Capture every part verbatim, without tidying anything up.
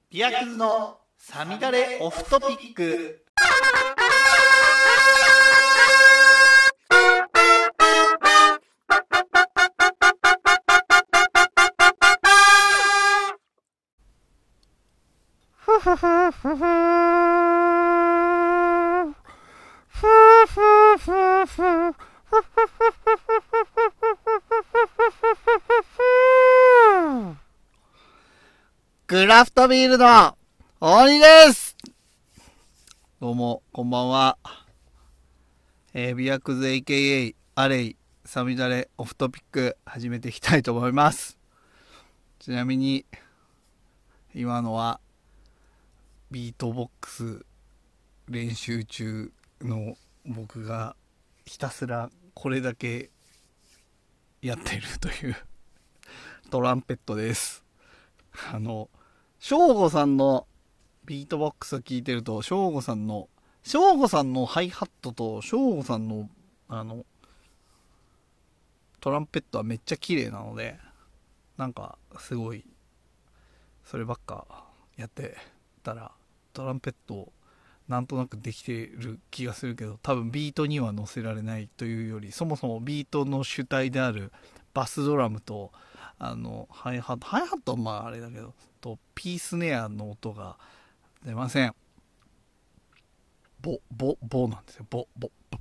ビアクズのさみだれオフトピック。ふふふふふクラフトビールの鬼です。どうもこんばんは。えー、ビアクズ エーケーエー アレイサミダレオフトピック始めていきたいと思います。ちなみに今のはビートボックス練習中の僕がひたすらこれだけやってるというトランペットです。あの翔吾さんのビートボックスを聞いてると、翔吾さんの翔吾さんのハイハットと翔吾さんのあのトランペットはめっちゃ綺麗なので、なんかすごいそればっかやってたらトランペットなんとなくできてる気がするけど、多分ビートには乗せられないというより、そもそもビートの主体であるバスドラムとあのハイハットハイハットはまああれだけどとピースネアの音が出ません。ボボボなんですよ。ボボボ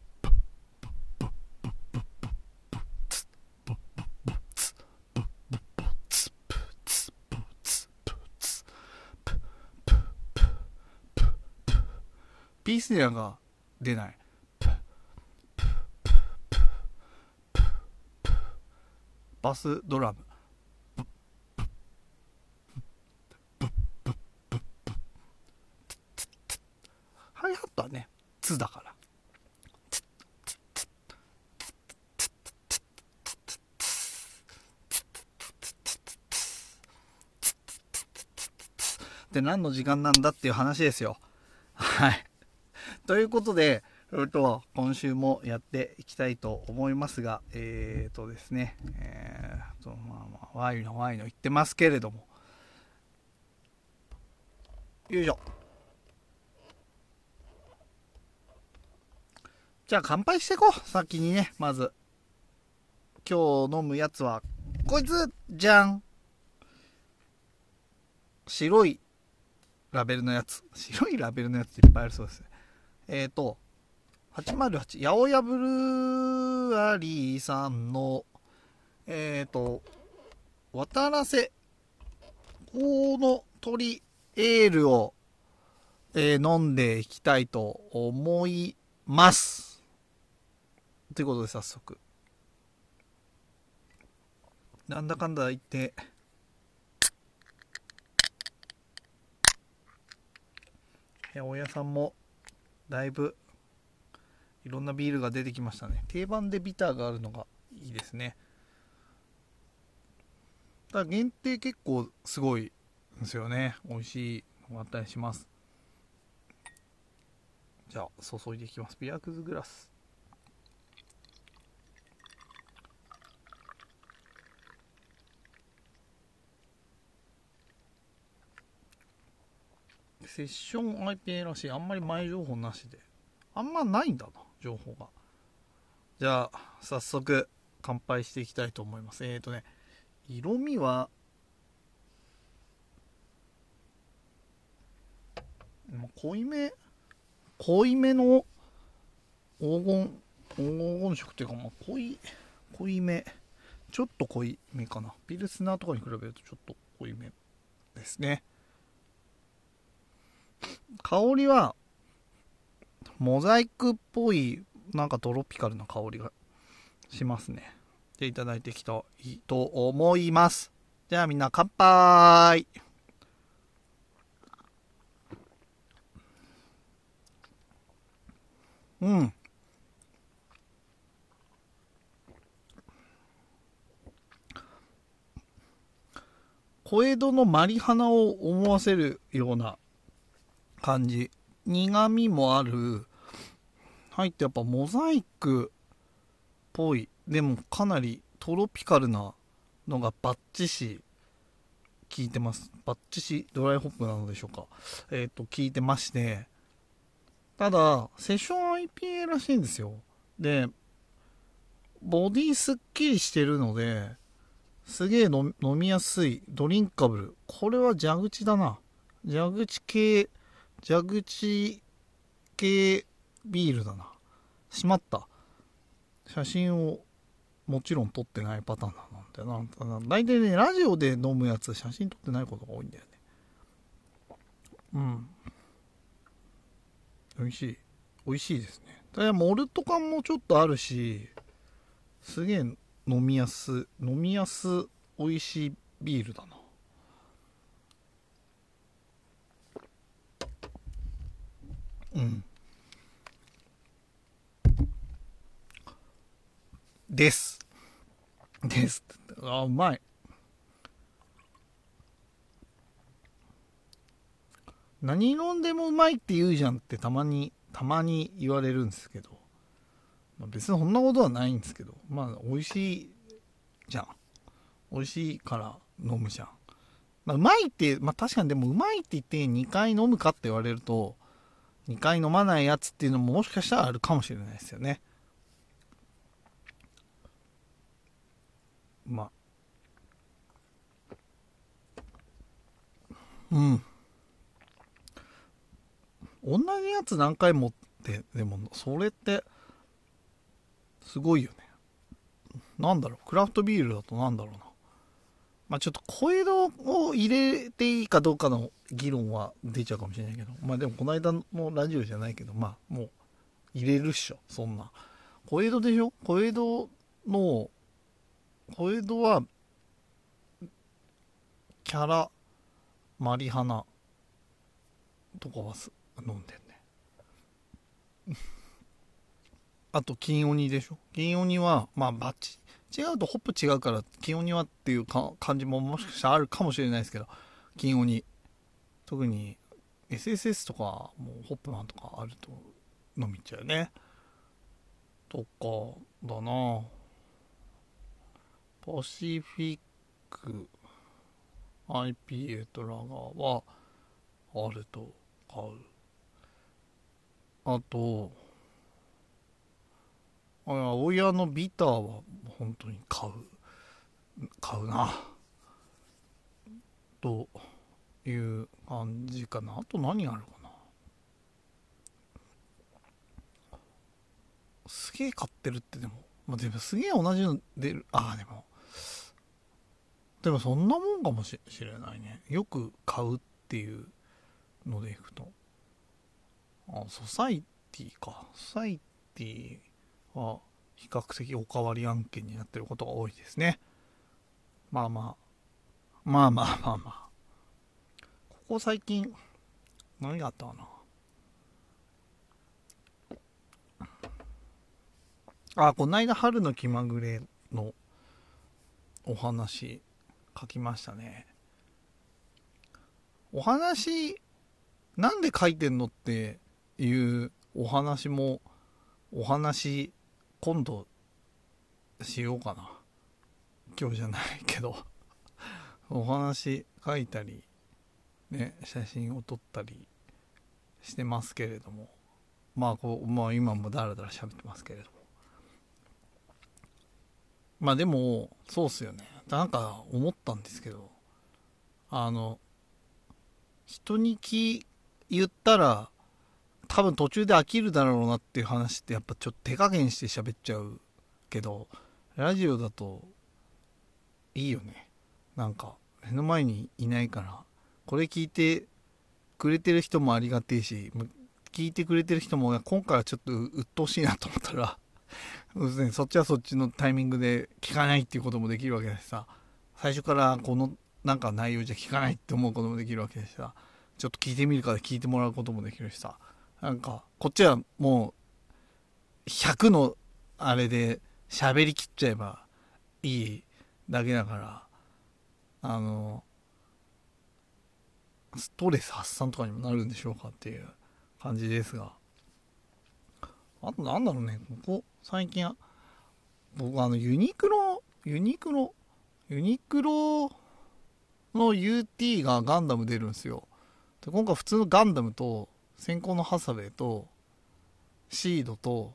ピースネアが出ない。バスドラムハイハットはねツだから、で何の時間なんだっていう話ですよ。はい。ということで、えっと今週もやっていきたいと思いますが、えーとですね、えーとまあまあワイのワイの言ってますけれども、よいしょ。じゃあ乾杯していこう。先にね、まず今日飲むやつはこいつじゃん。白いラベルのやつ。白いラベルのやついっぱいあるそうですね。えっ、ー、と、はちまるはち、八百屋ブルーアリーさんの、えっ、ー、と、渡らせ、コウノトリエールを、えー、飲んでいきたいと思います。ということで早速。なんだかんだ言って、八百屋さんもだいぶいろんなビールが出てきましたね。定番でビターがあるのがいいですね。ただ限定結構すごいですよね。美味しいのがあったりします。じゃあ注いでいきます。ビアクズグラス。セッション アイピーエー らしい。あんまり前情報なしで、あんまないんだな情報が。じゃあ早速乾杯していきたいと思います。えーとね色味は濃いめ濃いめの黄金黄金色っていうか、まあ濃い濃いめちょっと濃いめかな。ピルスナーとかに比べるとちょっと濃いめですね。香りはモザイクっぽい、なんかトロピカルな香りがしますね。でいただいていきたいと思います。じゃあみんな乾杯。うん。小江戸のマリハナを思わせるような感じ。苦味もある。入ってやっぱモザイクっぽい。でもかなりトロピカルなのがバッチシ聞いてます。バッチシドライホップなのでしょうか。えっと、聞いてまして、ただ、セッション アイピーエー らしいんですよ。で、ボディすっきりしてるので、すげえ飲みやすい、ドリンカブル。これは蛇口だな。蛇口系、蛇口系ビールだな。しまった。写真をもちろん撮ってないパターンなんだよな。大体ね、ラジオで飲むやつ、写真撮ってないことが多いんだよね。うん。美味しい。美味しいですね。ただモルト感もちょっとあるし、すげえ飲みやす、飲みやす、美味しいビールだな。うん。です。です。あ、うまい。何飲んでもうまいって言うじゃんってたまに、たまに言われるんですけど、まあ、別にそんなことはないんですけど、まあ美味しいじゃん。美味しいから飲むじゃん。まあ、うまいって、まあ確かにでもうまいって言ってにかい飲むかって言われると、にかい飲まないやつっていうのももしかしたらあるかもしれないですよね。まあ、うん。同じやつ何回もって、でもそれってすごいよね。なんだろう、クラフトビールだとなんだろうな。まあちょっと小江戸を入れていいかどうかの議論は出ちゃうかもしれないけど、まあでもこの間のラジオじゃないけど、まあもう入れるっしょ、そんな。小江戸でしょ。小江戸の、小江戸はキャラ、マリハナとかは飲んでんね。あと金鬼でしょ。金鬼はまあバッチ違うとホップ違うから金鬼はっていうか感じももしかしたらあるかもしれないですけど、金鬼特に エスエスエス とかもうホップマンとかあると飲みちゃうね。とかだな。パシフィック アイピーエー とラガーはあると買う。あと青屋のビターは本当に買う買うなという感じかな。あと何あるかな。すげえ買ってるってでも、まあ、でもすげえ同じの出る。ああでもでもそんなもんかもしれないね。よく買うっていうのでいくと、あ、ソサイティか。ソサイティは比較的おかわり案件になってることが多いですね。まあまあまあまあまあまあ、ここ最近何があったかな。あ、こないだ春の気まぐれのお話書きましたね。お話なんで書いてんのっていうお話も、お話今度しようかな。今日じゃないけどお話書いたりね、写真を撮ったりしてますけれども、まあこう、まあ今もだらだら喋ってますけれども、まあでもそうっすよね。なんか思ったんですけど、あの人に聞言ったら多分途中で飽きるだろうなっていう話ってやっぱちょっと手加減して喋っちゃうけど、ラジオだといいよね。なんか目の前にいないから、これ聞いてくれてる人もありがてえし、聞いてくれてる人も今回はちょっと鬱陶しいなと思ったらそっちはそっちのタイミングで聞かないっていうこともできるわけだしさ、最初からこのなんか内容じゃ聞かないって思うこともできるわけだしさ、ちょっと聞いてみるから聞いてもらうこともできるしさ、なんかこっちはもうひゃくのあれで喋りきっちゃえばいいだけだから、あのストレス発散とかにもなるんでしょうかっていう感じですが、あとなんだろうね、ここ最近僕あのユニクロユニクロユニクロの ユーティー がガンダム出るんですよ。で今回普通のガンダムと先行のハサウェイとシードと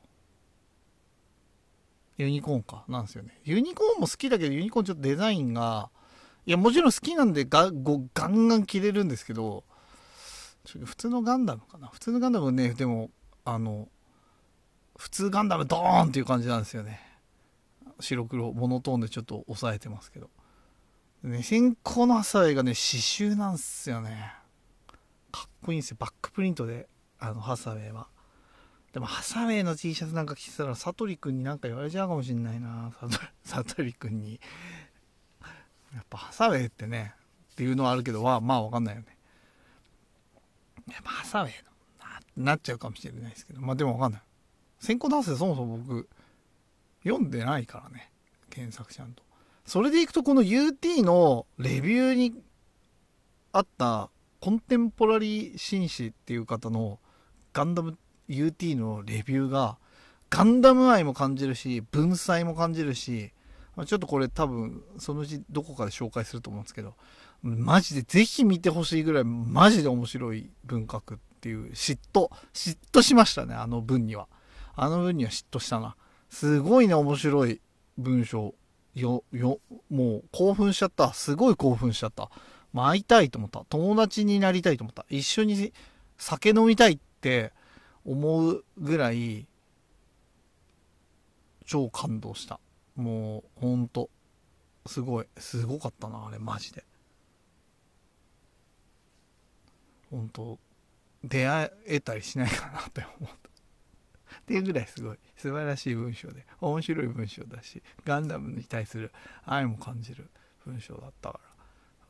ユニコーンかなんですよね。ユニコーンも好きだけどユニコーンちょっとデザインがいやもちろん好きなんでガゴガンガン着れるんですけど、ちょ普通のガンダムかな。普通のガンダムね、でもあの普通ガンダムドーンっていう感じなんですよね。白黒モノトーンでちょっと抑えてますけどね。先行のハサウェイがね刺繍なんすよね。かっこいいんですよ。バックプリントであのハサウェイは。でもハサウェイの T シャツなんか着てたらサトリ君になんか言われちゃうかもしんないな。サトサトリ君にやっぱハサウェイってねっていうのはあるけどはまあわかんないよね。やっぱハサウェイの な, なっちゃうかもしれないですけど、まあでもわかんない。先行のハサウェイそもそも僕読んでないからね、検索ちゃんと。それでいくとこの ユーティー のレビューにあったコンテンポラリー紳士っていう方のガンダム ユーティー のレビューがガンダム愛も感じるし文才も感じるし、ちょっとこれ多分そのうちどこかで紹介すると思うんですけど、マジでぜひ見てほしいぐらいマジで面白い文学っていう嫉妬嫉妬しましたね。あの文にはあの文には嫉妬したな。すごいね面白い文章よよもう興奮しちゃった。すごい興奮しちゃった。まあ、会いたいと思った。友達になりたいと思った。一緒に酒飲みたいって思うぐらい超感動した。もうほんとすごいすごかったなあれマジで。ほんと出会えたりしないかなって思ったっていうぐらいすごい素晴らしい文章で面白い文章だし、ガンダムに対する愛も感じる文章だったから、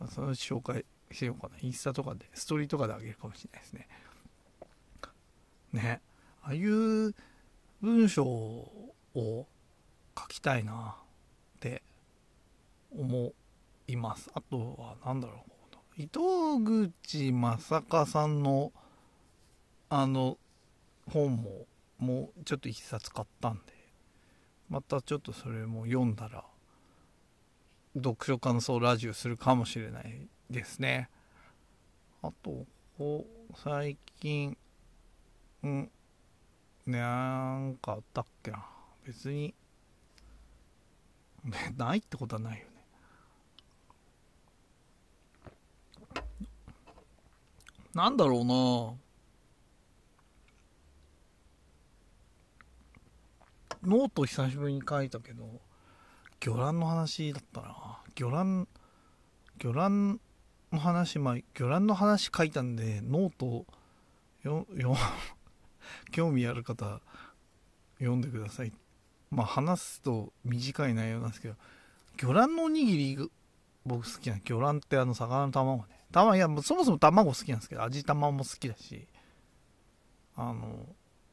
そのうち紹介しようかな。インスタとかでストーリーとかであげるかもしれないですね。ね、ああいう文章を書きたいなって思います。あとは何だろう、糸口正香さんのあの本ももうちょっと一冊買ったんで、またちょっとそれも読んだら読書感想ラジオするかもしれないですね。あとこう最近んなんかあったっけな。別にないってことはないよね。なんだろうな、ノート久しぶりに書いたけど魚卵の話だったな。魚卵魚卵の話、まあ魚卵の話書いたんでノートよよ興味ある方読んでください。まあ話すと短い内容なんですけど、魚卵のおにぎり僕好きな。魚卵ってあの魚の卵ね。卵、いやそもそも卵好きなんですけど味玉も好きだし、あの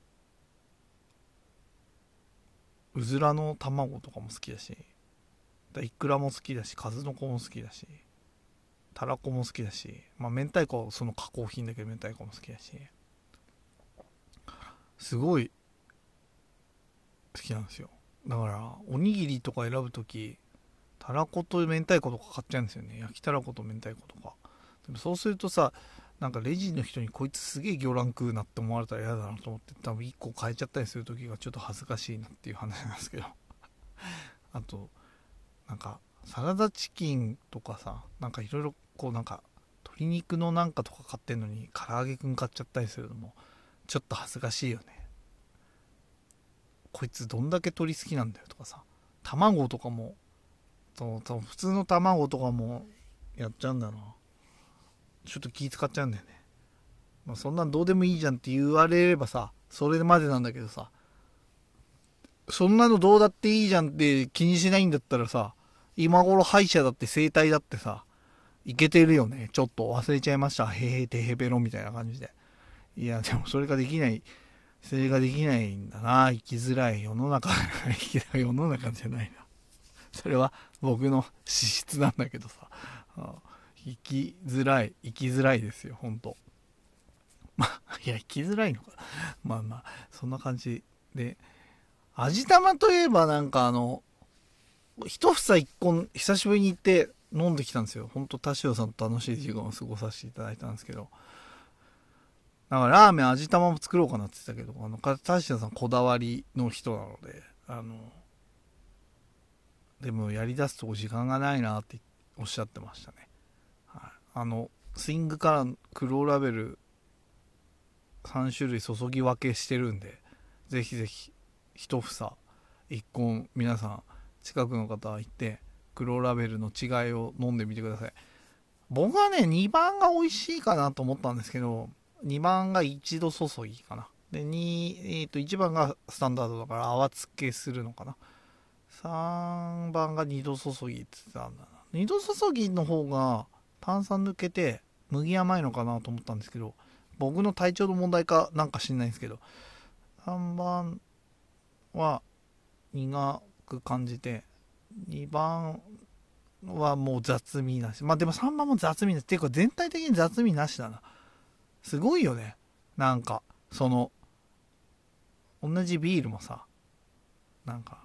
うずらの卵とかも好きだし、いくらも好きだし、数の子も好きだし、たらこも好きだし、まあ明太子はその加工品だけど明太子も好きだし、すごい好きなんですよ。だからおにぎりとか選ぶときたらこと明太子とか買っちゃうんですよね。焼きたらこと明太子とか。でもそうするとさ、なんかレジの人にこいつすげえ魚卵食うなって思われたら嫌だなと思って多分いっこ変えちゃったりする時がちょっと恥ずかしいなっていう話なんですけどあとなんかサラダチキンとかさ、なんかいろいろこうなんか鶏肉のなんかとか買ってんのに唐揚げくん買っちゃったりするのもちょっと恥ずかしいよね。こいつどんだけ鶏好きなんだよとかさ、卵とかもそう普通の卵とかもやっちゃうんだな。ちょっと気使っちゃうんだよね。まあ、そんなんどうでもいいじゃんって言われればさそれまでなんだけどさ、そんなのどうだっていいじゃんって気にしないんだったらさ、今頃歯医者だって整体だってさいけてるよね。ちょっと忘れちゃいましたへへてへべろみたいな感じで。いやでもそれができない、それができないんだな。生きづらい世の中生きづらい世の中じゃないな、それは僕の資質なんだけどさ、生きづらい生きづらいですよ本当。まあいや生きづらいのかまあまあそんな感じで、味玉といえばなんかあの一房一個久しぶりに行って飲んできたんですよ。ほんと田代さんと楽しい時間を過ごさせていただいたんですけど、だからラーメン味玉も作ろうかなって言ってたけど、あの田代さんこだわりの人なので、あのでもやりだすと時間がないなっておっしゃってましたね。はい、あのスイングから黒ラベルさん種類注ぎ分けしてるんで、ぜひぜひ一房一本皆さん近くの方は行って黒ラベルの違いを飲んでみてください。僕はねにばんが美味しいかなと思ったんですけど、にばんが一度注ぎかな。でに、えー、といちばんがスタンダードだから泡付けするのかな。さんばんがにど注ぎって言ってたんだな。にど注ぎの方が炭酸抜けて麦甘いのかなと思ったんですけど、僕の体調の問題かなんか知んないんですけど、さんばんは苦く感じて、にばんはもう雑味なし。まあでもさんばんも雑味なし。っていうか全体的に雑味なしだな。すごいよね。なんか、その、同じビールもさ、なんか、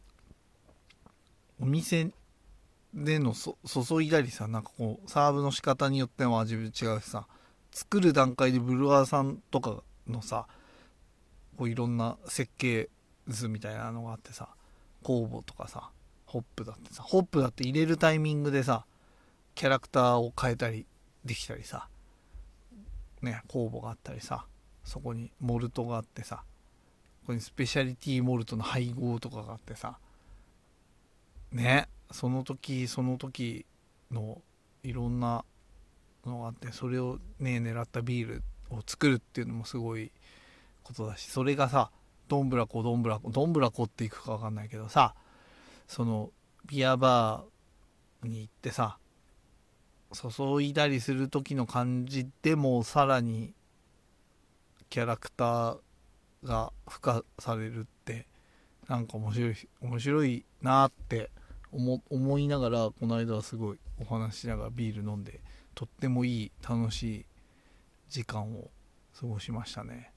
お店でのそ注いだりさ、なんかこう、サーブの仕方によっても味違うしさ、作る段階でブルワーさんとかのさ、こういろんな設計図みたいなのがあってさ、酵母とかさ、ホップだってさ、ホップだって入れるタイミングでさ、キャラクターを変えたりできたりさ、ね、酵母があったりさ、そこにモルトがあってさ、ここにスペシャリティモルトの配合とかがあってさ、ね、その時その時のいろんなのがあって、それをね狙ったビールを作るっていうのもすごいことだし、それがさ、どんぶらこどんぶらこどんぶらこっていくか分かんないけどさ、そのビアバーに行ってさ、注いだりする時の感じでもさらにキャラクターが付加されるって、なんか面白い面白いなって思思いながら、この間はすごいお話しながらビール飲んで、とってもいい楽しい時間を過ごしましたね。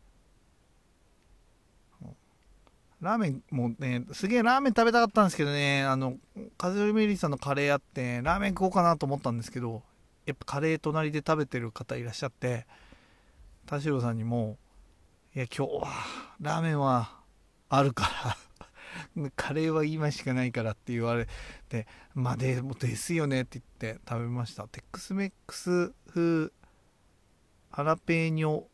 ラーメンもね、すげえラーメン食べたかったんですけどね、あの風よりメリーさんのカレーあってラーメン食おうかなと思ったんですけど、やっぱカレー隣で食べてる方いらっしゃって、田代さんにもいや今日はラーメンはあるからカレーは今しかないからって言われて、まあでもですよねって言って食べました。テックスメックス風ハラペーニョ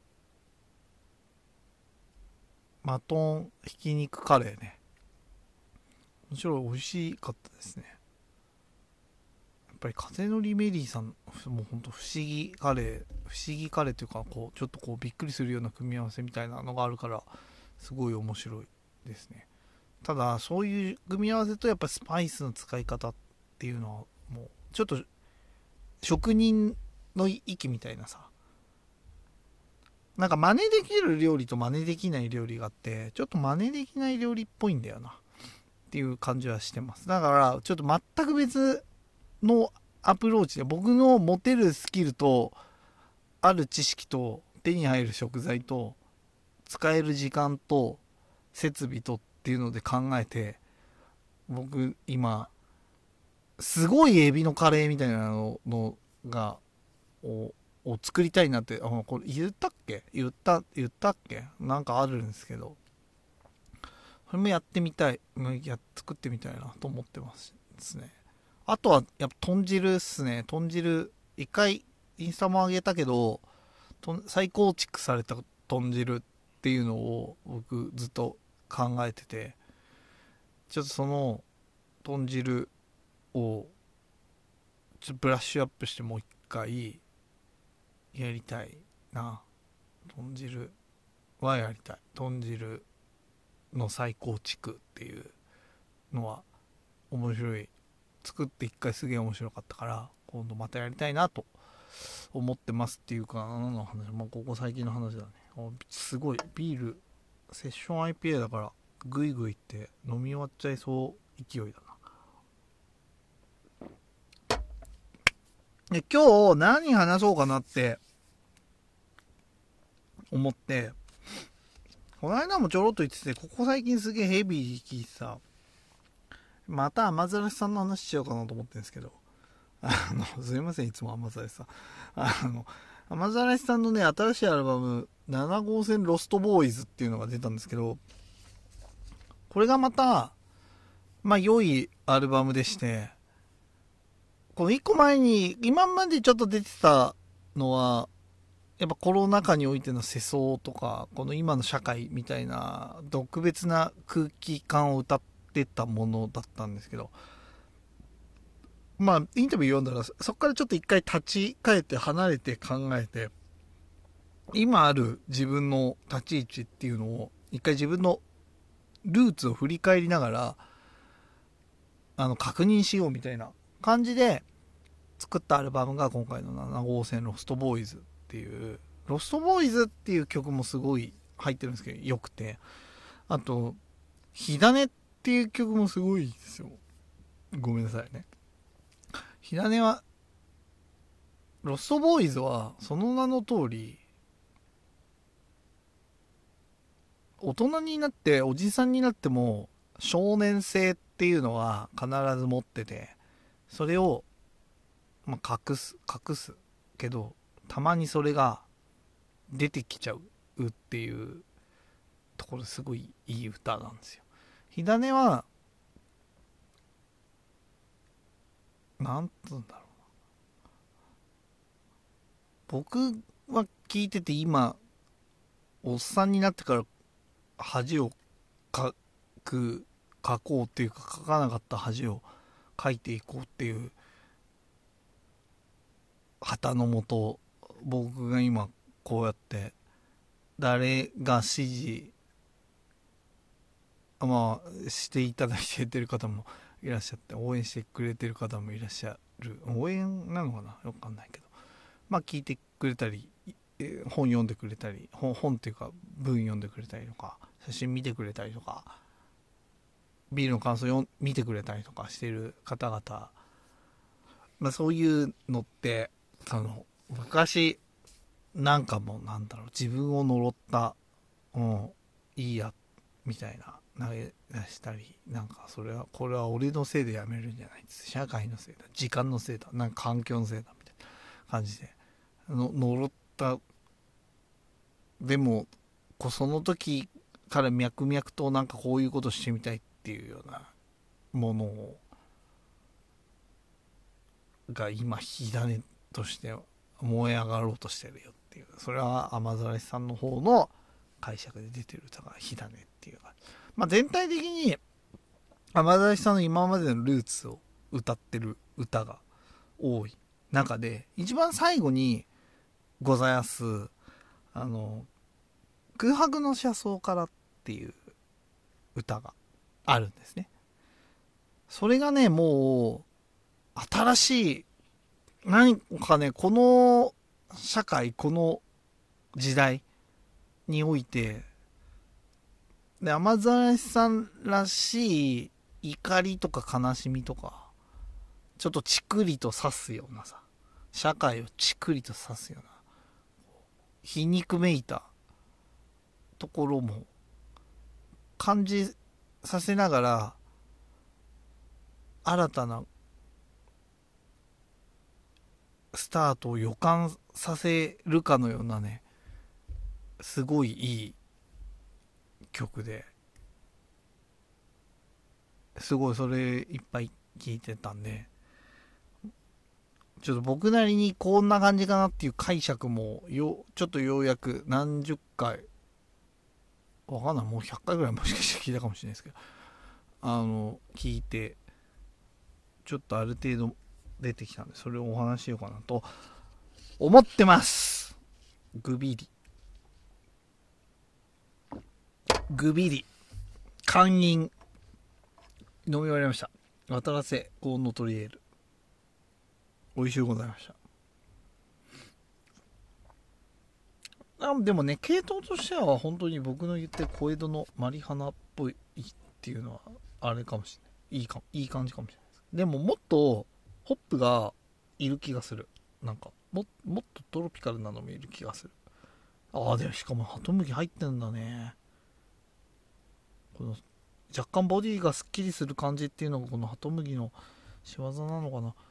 マトンひき肉カレーね、もちろん美味しかったですね。やっぱり風のりメリーさんもうほんと不思議カレー不思議カレーというか、こうちょっとこうびっくりするような組み合わせみたいなのがあるからすごい面白いですね。ただそういう組み合わせとやっぱスパイスの使い方っていうのはもうちょっと職人の域みたいなさ、なんか真似できる料理と真似できない料理があって、ちょっと真似できない料理っぽいんだよなっていう感じはしてます。だからちょっと全く別のアプローチで、僕の持てるスキルとある知識と手に入る食材と使える時間と設備とっていうので考えて、僕今すごいエビのカレーみたいなののがをを作りたいなって、あ、これ言ったっけ言った言ったっけなんかあるんですけど、それもやってみたい、や作ってみたいなと思ってますですね。あとはやっぱ豚汁っすね。豚汁一回インスタも上げたけど、再構築された豚汁っていうのを僕ずっと考えてて、ちょっとその豚汁をちょっとブラッシュアップしてもう一回やりたいな。豚汁はやりたい。豚汁の再構築っていうのは面白い。作って一回すげえ面白かったから、今度またやりたいなと思ってますっていうか、何の話、まあ、ここ最近の話だね。すごいビールセッション アイピーエー だからグイグイって飲み終わっちゃいそう勢いだな。で今日何話そうかなって思って、この間もちょろっと言ってて、ここ最近すげえヘビー聞いてさ、また雨ざらしさんの話しようかなと思ってるんですけど、 あの、すいません、いつも甘ざれさん。あの、甘ざれさんのね、新しいアルバム、なな号線ロストボーイズっていうのが出たんですけど、これがまた、まあ、良いアルバムでして、このいっこまえに、今までちょっと出てたのは、やっぱコロナ禍においての世相とか、この今の社会みたいな特別な空気感を歌ってたものだったんですけど、まあ、インタビュー読んだら、そこからちょっと一回立ち返って離れて考えて、今ある自分の立ち位置っていうのを、一回自分のルーツを振り返りながら、あの、確認しようみたいな感じで作ったアルバムが今回のなな号線ロストボーイズっていう、ロストボーイズっていう曲もすごい入ってるんですけど、良くて、あと、火種っていう曲もすごいですよ。ごめんなさいね。火種は、ロストボーイズはその名の通り、大人になっておじさんになっても少年性っていうのは必ず持ってて、それを、まあ、隠す隠すけど、たまにそれが出てきちゃうっていうところ、すごいいい歌なんですよ。火種はなんつうんだろう、僕は聞いてて、今おっさんになってから恥をかく書こうっていうか、書かなかった恥を書いていこうっていう旗のもと、僕が今こうやって誰が支持、まあしていただいてる方もいらっしゃって、応援してくれてる方もいらっしゃる、応援なのかな、よくわかんないけど、まあ聞いてくれたり、本読んでくれたり、本本っていうか文読んでくれたりとか、写真見てくれたりとか、ビールの感想を見てくれたりとかしている方々、まあ、そういうのって、その昔なんかもうなんだろう、自分を呪った、うん、いいやみたいな投げ出したり、なんかそれはこれは俺のせいでやめるんじゃないです、社会のせいだ、時間のせいだ、なんか環境のせいだみたいな感じでの呪った。でもこその時から脈々となんかこういうことしてみたいっていうようなものをが今火種として燃え上がろうとしてるよっていう、それは雨ざさんの方の解釈で出てる歌が火種っていうか、まあ、全体的に雨ざさんの今までのルーツを歌ってる歌が多い中で、一番最後にございますあの空白の車窓からっていう歌があるんですね。それがね、もう新しい、何かね、この社会、この時代において、で、雨ざらしさんらしい怒りとか悲しみとか、ちょっとチクリと刺すようなさ、社会をチクリと刺すような、皮肉めいたところも感じさせながら、新たなスタートを予感させるかのようなね、すごいいい曲で、すごいそれいっぱい聴いてたんで、ちょっと僕なりにこんな感じかなっていう解釈もよちょっとようやく何十回、わかんない、もうひゃっかいぐらいもしかして聞いたかもしれないですけど、あの聞いてちょっとある程度出てきたんで、それをお話ししようかなと思ってます。グビリグビリ堪忍飲み終わりました。渡良瀬コーンのトリエール、美味しゅうございました。あでもね、系統としては本当に僕の言ってる小江戸のマリハナっぽいっていうのはあれかもしれない。いいかいい感じかもしれないです。でももっとホップがいる気がする。なんかももっとトロピカルなのもいる気がする。ああ、でもしかもハトムギ入ってんだね。この若干ボディがスッキリする感じっていうのがこのハトムギの仕業なのかな。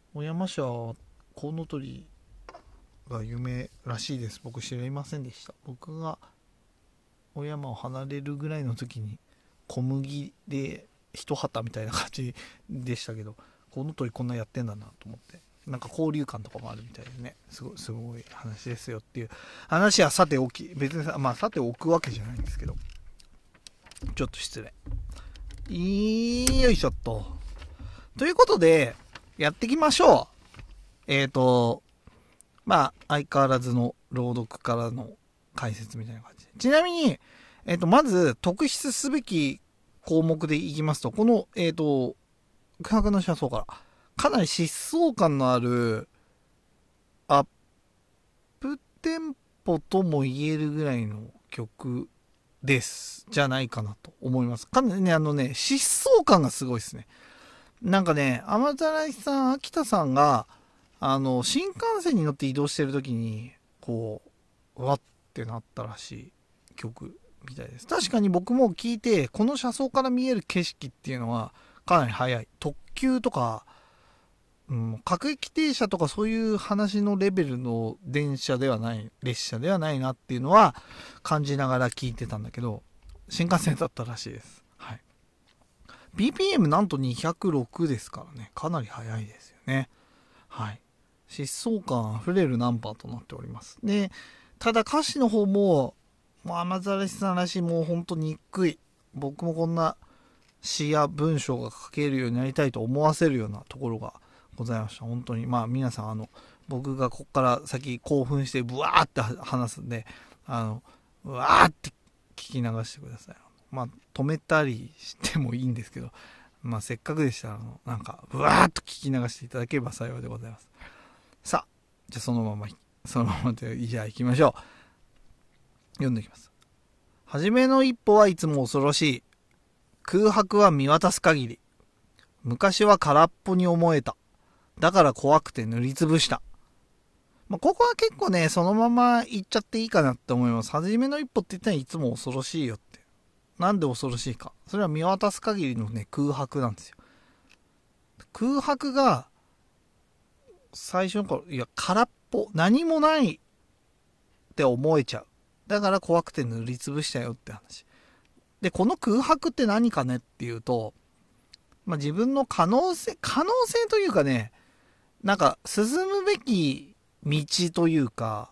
小山市はコウノトリが有名らしいです。僕知りませんでした。僕が小山を離れるぐらいの時に小麦で一旗みたいな感じでしたけど、コウノトリこんなやってんだなと思って、なんか交流館とかもあるみたいでね、すごいすごい話ですよっていう話はさておき、別にさ、まあさておくわけじゃないんですけど、ちょっと失礼。よいしょっと。ということで、やっていきましょう。えっと、まあ、相変わらずの朗読からの解説みたいな感じで。ちなみに、えっと、まず、特筆すべき項目でいきますと、この、えっと、空白の車窓から、かなり疾走感のある、アップテンポとも言えるぐらいの曲です。じゃないかなと思います。かなりね、あのね、疾走感がすごいですね。なんかね、天ざらしさん、秋田さんが、あの、新幹線に乗って移動してる時に、こう、わってなったらしい曲みたいです。確かに僕も聞いて、この車窓から見える景色っていうのは、かなり速い。特急とか、うん、各駅停車とかそういう話のレベルの電車ではない、列車ではないなっていうのは感じながら聞いてたんだけど、新幹線だったらしいです。はい。ビーピーエム なんとにひゃくろくですからね、かなり速いですよね。はい。疾走感あふれるナンバーとなっております。で、ただ歌詞の方も、もう雨ざらしさんらしい、もうほんと憎い。僕もこんな詩や文章が書けるようになりたいと思わせるようなところがございました。本当に。まあ皆さん、あの、僕がこっから先興奮してブワーって話すんで、あの、うわーって聞き流してください。まあ止めたりしてもいいんですけど、まあせっかくでしたら、あの、なんか、ブワーっと聞き流していただければ幸いでございます。さあ、じゃあそのまま、そのままで、じゃあ行きましょう。読んでいきます。はじめの一歩はいつも恐ろしい。空白は見渡す限り。昔は空っぽに思えた。だから怖くて塗りつぶした。まあ、ここは結構ね、そのまま言っちゃっていいかなって思います。はじめの一歩って言ったらいつも恐ろしいよって。なんで恐ろしいか。それは見渡す限りのね、空白なんですよ。空白が、最初の頃、いや、空っぽ、何もないって思えちゃう。だから怖くて塗りつぶしたよって話。で、この空白って何かねっていうと、まあ、自分の可能性、可能性というかね、なんか進むべき道というか、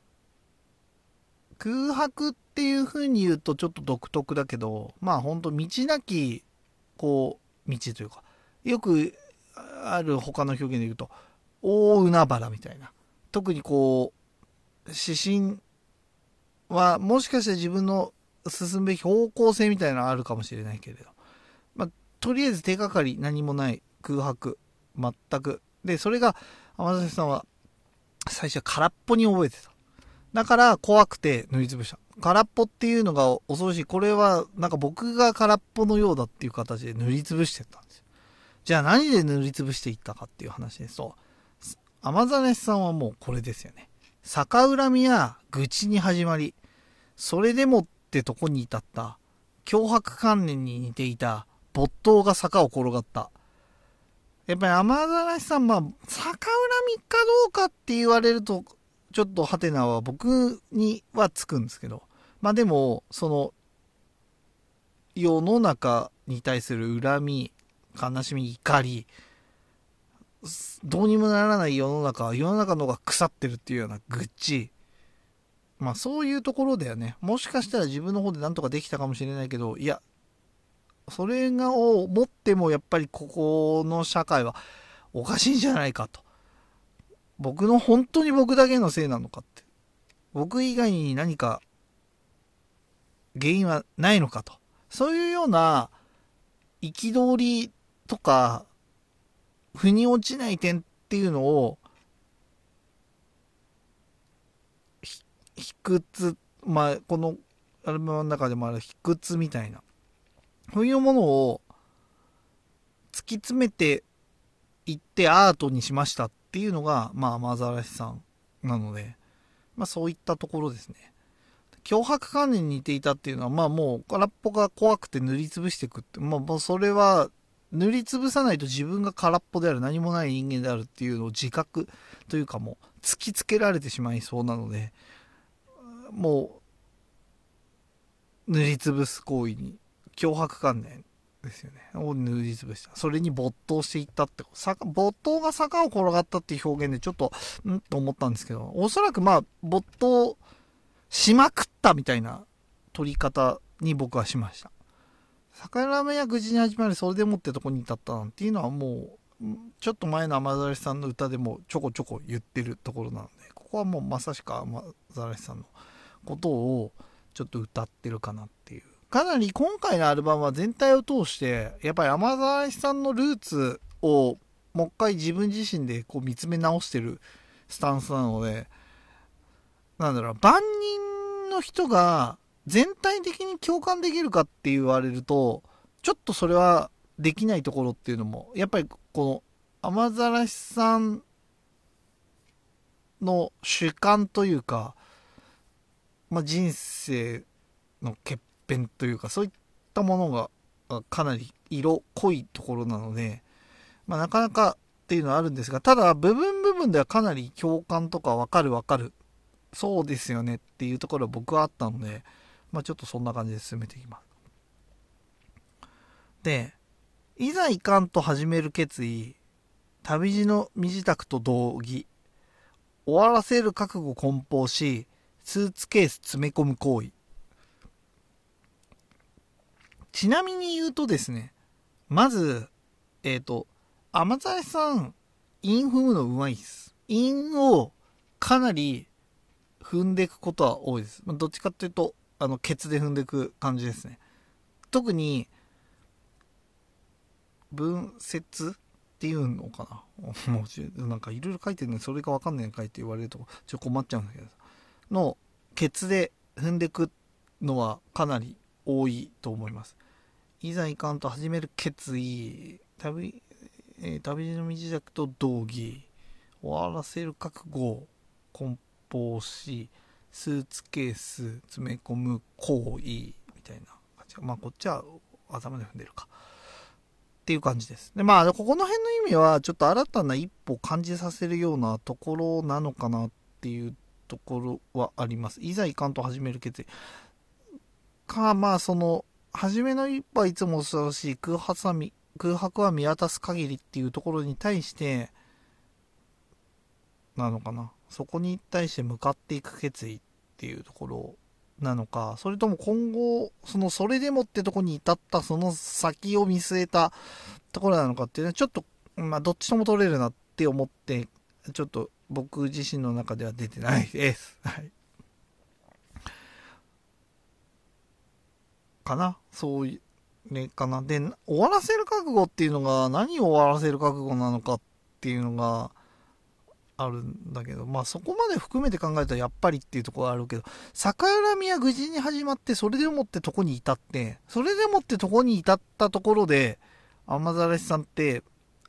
空白っていう風に言うとちょっと独特だけど、まあほんと道なき、こう、道というか、よくある他の表現で言うと、大海原みたいな。特にこう、指針はもしかして自分の進むべき方向性みたいなのあるかもしれないけれど、まあ、とりあえず手がかり何もない空白、全く。で、それが、天崎さんは最初は空っぽに覚えてた。だから怖くて塗りつぶした。空っぽっていうのが恐ろしい。これはなんか僕が空っぽのようだっていう形で塗りつぶしてったんですよ。じゃあ何で塗りつぶしていったかっていう話ですと、天ざさんはもうこれですよね。逆恨みや愚痴に始まり、それでもってとこに至った、脅迫観念に似ていた没頭が坂を転がった。やっぱり天ざさん、まあ、逆恨みかどうかって言われると、ちょっとハテナは僕にはつくんですけど、まあでも、その、世の中に対する恨み、悲しみ、怒り、どうにもならない世の中、世の中の方が腐ってるっていうような愚痴、まあそういうところだよね。もしかしたら自分の方で何とかできたかもしれないけど、いや、それがを持ってもやっぱりここの社会はおかしいんじゃないかと。僕の本当に僕だけのせいなのかって。僕以外に何か原因はないのかと。そういうような憤りとか、腑に落ちない点っていうのを、卑屈、まあ、このアルバムの中でもある卑屈みたいな、そういうものを突き詰めていってアートにしましたっていうのが、まあ、マザラシさんなので、まあそういったところですね。脅迫観念に似ていたっていうのは、まあもう空っぽが怖くて塗りつぶしていくって、まあもうそれは塗りつぶさないと自分が空っぽである、何もない人間であるっていうのを自覚というかもう突きつけられてしまいそうなので、もう塗りつぶす行為に脅迫観念ですよねを塗りつぶした。それに没頭していったって坂没頭が坂を転がったっていう表現でちょっとんと思ったんですけど、おそらくまあ没頭しまくったみたいな取り方に僕はしました。逆ラメや愚痴に始まりそれでもってとこに至ったなんていうのはもうちょっと前の雨ざらしさんの歌でもちょこちょこ言ってるところなので、ここはもうまさしく雨ざらしさんのことをちょっと歌ってるかなっていう。かなり今回のアルバムは全体を通してやっぱり雨ざらしさんのルーツをもう一回自分自身でこう見つめ直してるスタンスなので、なんだろう、万人の人が全体的に共感できるかって言われるとちょっとそれはできないところっていうのもやっぱりこの雨ざらしさんの主観というか、まあ、人生の欠片というかそういったものがかなり色濃いところなので、まあ、なかなかっていうのはあるんですが、ただ部分部分ではかなり共感とか分かる分かるそうですよねっていうところは僕はあったので、まあ、ちょっとそんな感じで進めていきます。で、いざいかんと始める決意、旅路の身支度と道義、終わらせる覚悟梱包し、スーツケース詰め込む行為。ちなみに言うとですね、まず、えっ、ー、と、雨ざらしさん、韻踏むのうまいです。韻をかなり踏んでいくことは多いです。どっちかっていうと、あの、ケツで踏んでいく感じですね。特に、文節っていうのかな、もうなんかいろいろ書いてるのにそれが分かんないのかいって言われるとちょっと困っちゃうんだけど、のケツで踏んでいくのはかなり多いと思います。いざいかんと始める決意、旅、えー、旅路の身支度と道義、終わらせる覚悟梱包し、スーツケース詰め込む行為みたいな感じ。まあこっちは頭で踏んでるかっていう感じです。で、まあ、ここの辺の意味は、ちょっと新たな一歩を感じさせるようなところなのかなっていうところはあります。いざいかんと始める決意。か、まあ、その、初めの一歩はいつもそうだし、空白は見、空白は見渡す限りっていうところに対して、なのかな。そこに対して向かっていく決意っていうところなのか、それとも今後そのそれでもってとこに至ったその先を見据えたところなのかっていうのはちょっとまあどっちとも取れるなって思って、ちょっと僕自身の中では出てないです。はい。かな、そういうねかな。で、終わらせる覚悟っていうのが何を終わらせる覚悟なのかっていうのがあるんだけど、まあそこまで含めて考えたらやっぱりっていうところはあるけど、逆恨みや愚痴に始まってそれでもってとこに至って、それでもってとこに至ったところで、雨ざらしさんって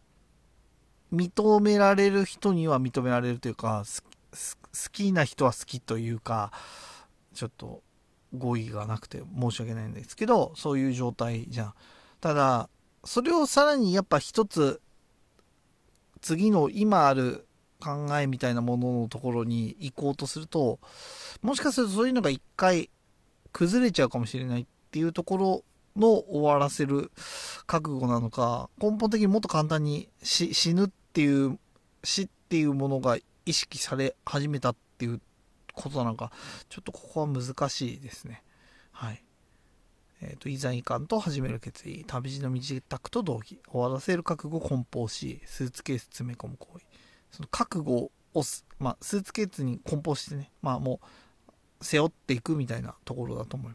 認められる人には認められるというか、好きな人は好きというか、ちょっと語彙がなくて申し訳ないんですけど、そういう状態じゃん。ただ、それをさらにやっぱ一つ、次の今ある考えみたいなもののところに行こうとすると、もしかするとそういうのが一回崩れちゃうかもしれないっていうところの終わらせる覚悟なのか、根本的にもっと簡単に死死ぬっていう死っていうものが意識され始めたっていうことなのか、ちょっとここは難しいですね。はい。えっ、ー、と、いざいかんと始める決意、旅路の身支度と道義、終わらせる覚悟梱包し、スーツケース詰め込む行為。その覚悟をす、まあ、スーツケースに梱包してね、まあもう、背負っていくみたいなところだと思います。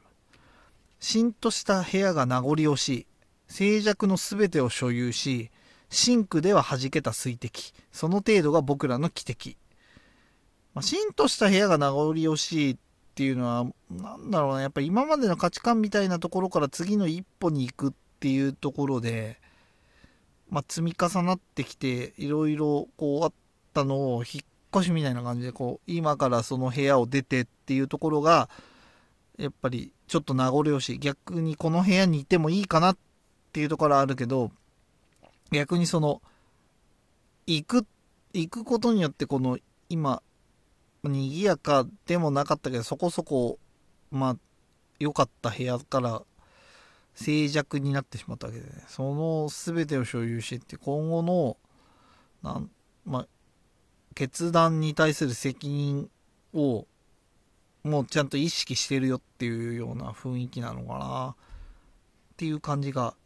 しんとした部屋が名残惜しい。静寂のすべてを所有し、シンクでは弾けた水滴。その程度が僕らの汽笛。まあ、しんとした部屋が名残惜しいっていうのは、なんだろうな、やっぱり今までの価値観みたいなところから次の一歩に行くっていうところで、まあ、積み重なってきて、いろいろこうあったのを引っ越しみたいな感じで、こう、今からその部屋を出てっていうところが、やっぱりちょっと名残惜しい。逆にこの部屋にいてもいいかなっていうところはあるけど、 逆にその行く行くことによってこの今賑やかでもなかったけどそこそこまあ良かった部屋から静寂になってしまったわけでね、その全てを所有してって今後のなんまあ決断に対する責任をもうちゃんと意識してるよっていうような雰囲気なのかなっていう感じが、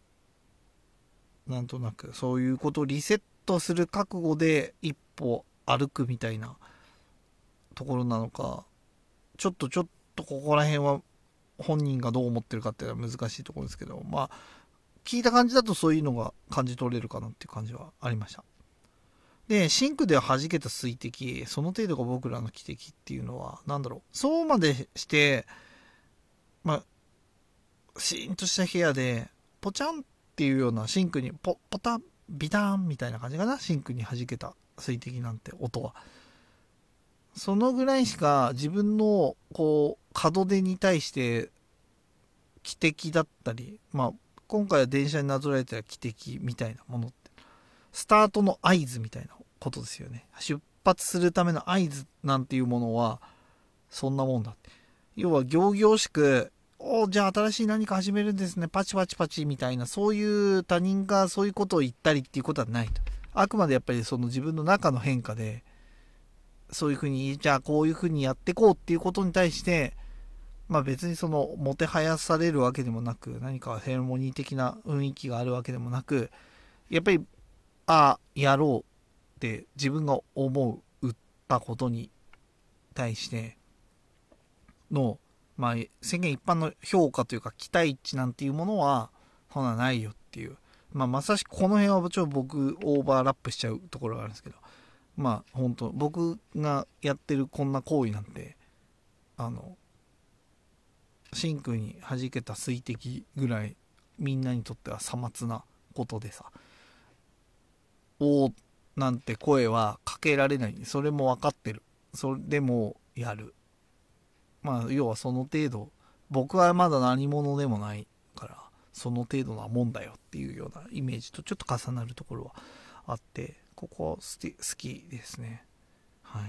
なんとなくそういうことをリセットする覚悟で一歩歩くみたいなところなのか、ちょっとちょっとここら辺は本人がどう思ってるかっていうのは難しいところですけど、まあ聞いた感じだとそういうのが感じ取れるかなっていう感じはありました。で、シンクでは弾けた水滴、その程度が僕らの汽笛っていうのは、なんだろう、そうまでして、まあ、シーンとした部屋で、ポチャンっていうようなシンクに、ポ、ポタン、ビターンみたいな感じかな、シンクに弾けた水滴なんて音は。そのぐらいしか自分の、こう、門出に対して、汽笛だったり、まあ、今回は電車になぞらえた汽笛みたいなものって、スタートの合図みたいなことですよね。出発するための合図なんていうものはそんなもんだって。要は仰々しく、おじゃあ新しい何か始めるんですね、パチパチパチみたいな、そういう他人がそういうことを言ったりっていうことはないと。あくまでやっぱりその自分の中の変化で、そういうふうに、じゃあこういうふうにやってこうっていうことに対して、まあ別にそのもてはやされるわけでもなく、何かセレモニー的な雰囲気があるわけでもなく、やっぱりああやろうって自分が思う打ったことに対しての、まあ世間一般の評価というか期待値なんていうものはそんなないよっていう、まあまさしくこの辺はちょっと僕オーバーラップしちゃうところがあるんですけど、まあ本当僕がやってるこんな行為なんて、あの真空に弾けた水滴ぐらいみんなにとってはさまつなことでさ、おーなんて声はかけられない。それも分かってる。それでもやる。まあ要はその程度、僕はまだ何者でもないからその程度なもんだよっていうようなイメージとちょっと重なるところはあって、ここは好きですね。はい。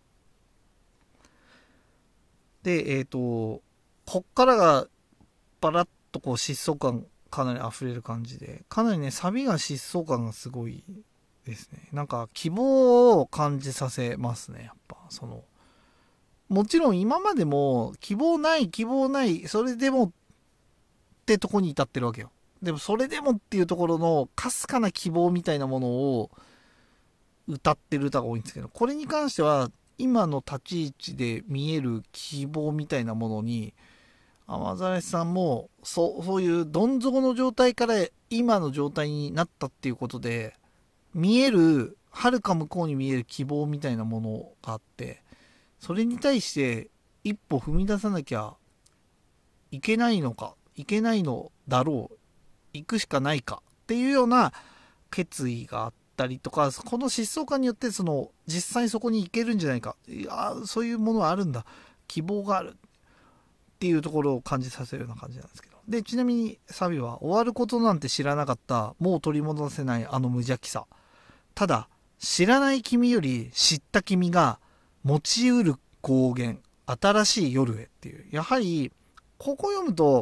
で、えっ、ー、とこっからがバラッとこう疾走感かなり溢れる感じで、かなりねサビが疾走感がすごいですね。なんか希望を感じさせますね。やっぱそのもちろん今までも希望ない希望ないそれでもってとこに至ってるわけよ。でもそれでもっていうところのかすかな希望みたいなものを歌ってる歌が多いんですけど、これに関しては今の立ち位置で見える希望みたいなものに雨ざらしさんもそう、そういうどん底の状態から今の状態になったっていうことで見える遥か向こうに見える希望みたいなものがあって、それに対して一歩踏み出さなきゃいけないのかいけないのだろう、行くしかないかっていうような決意があったりとか、この疾走感によってその実際そこに行けるんじゃないか、いやそういうものはあるんだ、希望があるっていうところを感じさせるような感じなんですけど、でちなみにサビは終わることなんて知らなかった、もう取り戻せないあの無邪気さ、ただ知らない君より知った君が持ちうる高原新しい夜へっていう、やはりここ読むと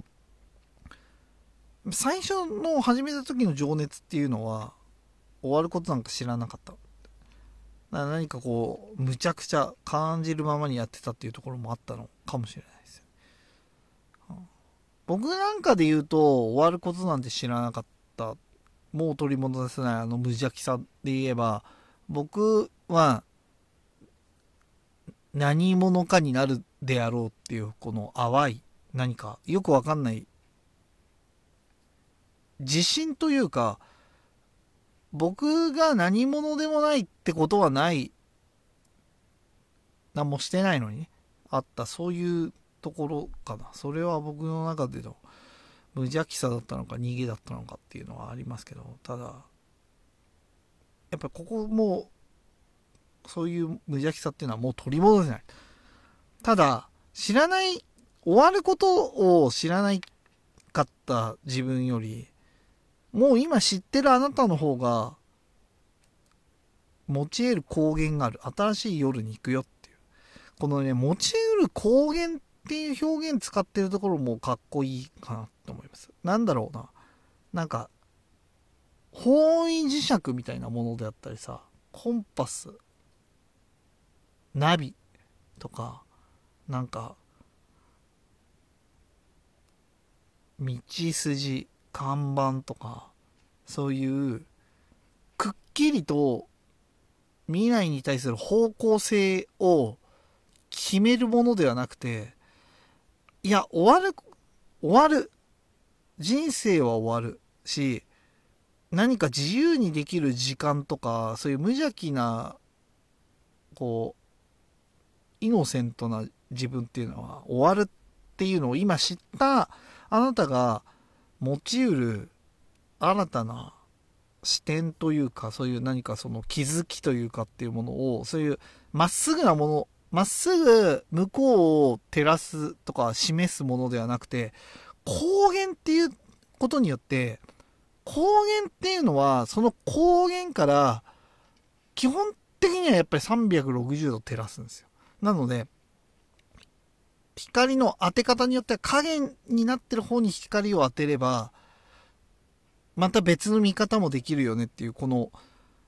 最初の始めた時の情熱っていうのは終わることなんか知らなかった、だから何かこうむちゃくちゃ感じるままにやってたっていうところもあったのかもしれないですよ。僕なんかで言うと終わることなんて知らなかった、もう取り戻せないあの無邪気さで言えば、僕は何者かになるであろうっていうこの淡い何かよくわかんない自信というか、僕が何者でもないってことはない、何もしてないのにね、あったそういうところかな。それは僕の中での無邪気さだったのか逃げだったのかっていうのはありますけど、ただやっぱここもそういう無邪気さっていうのはもう取り戻せない。ただ知らない終わることを知らないかった自分よりもう今知ってるあなたの方が持ち得る光源がある。新しい夜に行くよっていう。このね、持ち得る光源っていう表現使ってるところもかっこいいかなと思います。なんだろうな。なんか、方位磁石みたいなものであったりさ、コンパス、ナビとか、なんか、道筋、看板とか、そういう、くっきりと未来に対する方向性を決めるものではなくて、いや、終わる、終わる。人生は終わるし、何か自由にできる時間とか、そういう無邪気な、こう、イノセントな自分っていうのは終わるっていうのを今知ったあなたが持ち得る新たな視点というか、そういう何かその気づきというかっていうものを、そういうまっすぐなもの、まっすぐ向こうを照らすとか示すものではなくて、光源っていうことによって、光源っていうのは、その光源から基本的にはやっぱりさんびゃくろくじゅうど照らすんですよ。なので、光の当て方によっては影になってる方に光を当てれば、また別の見方もできるよねっていう、この、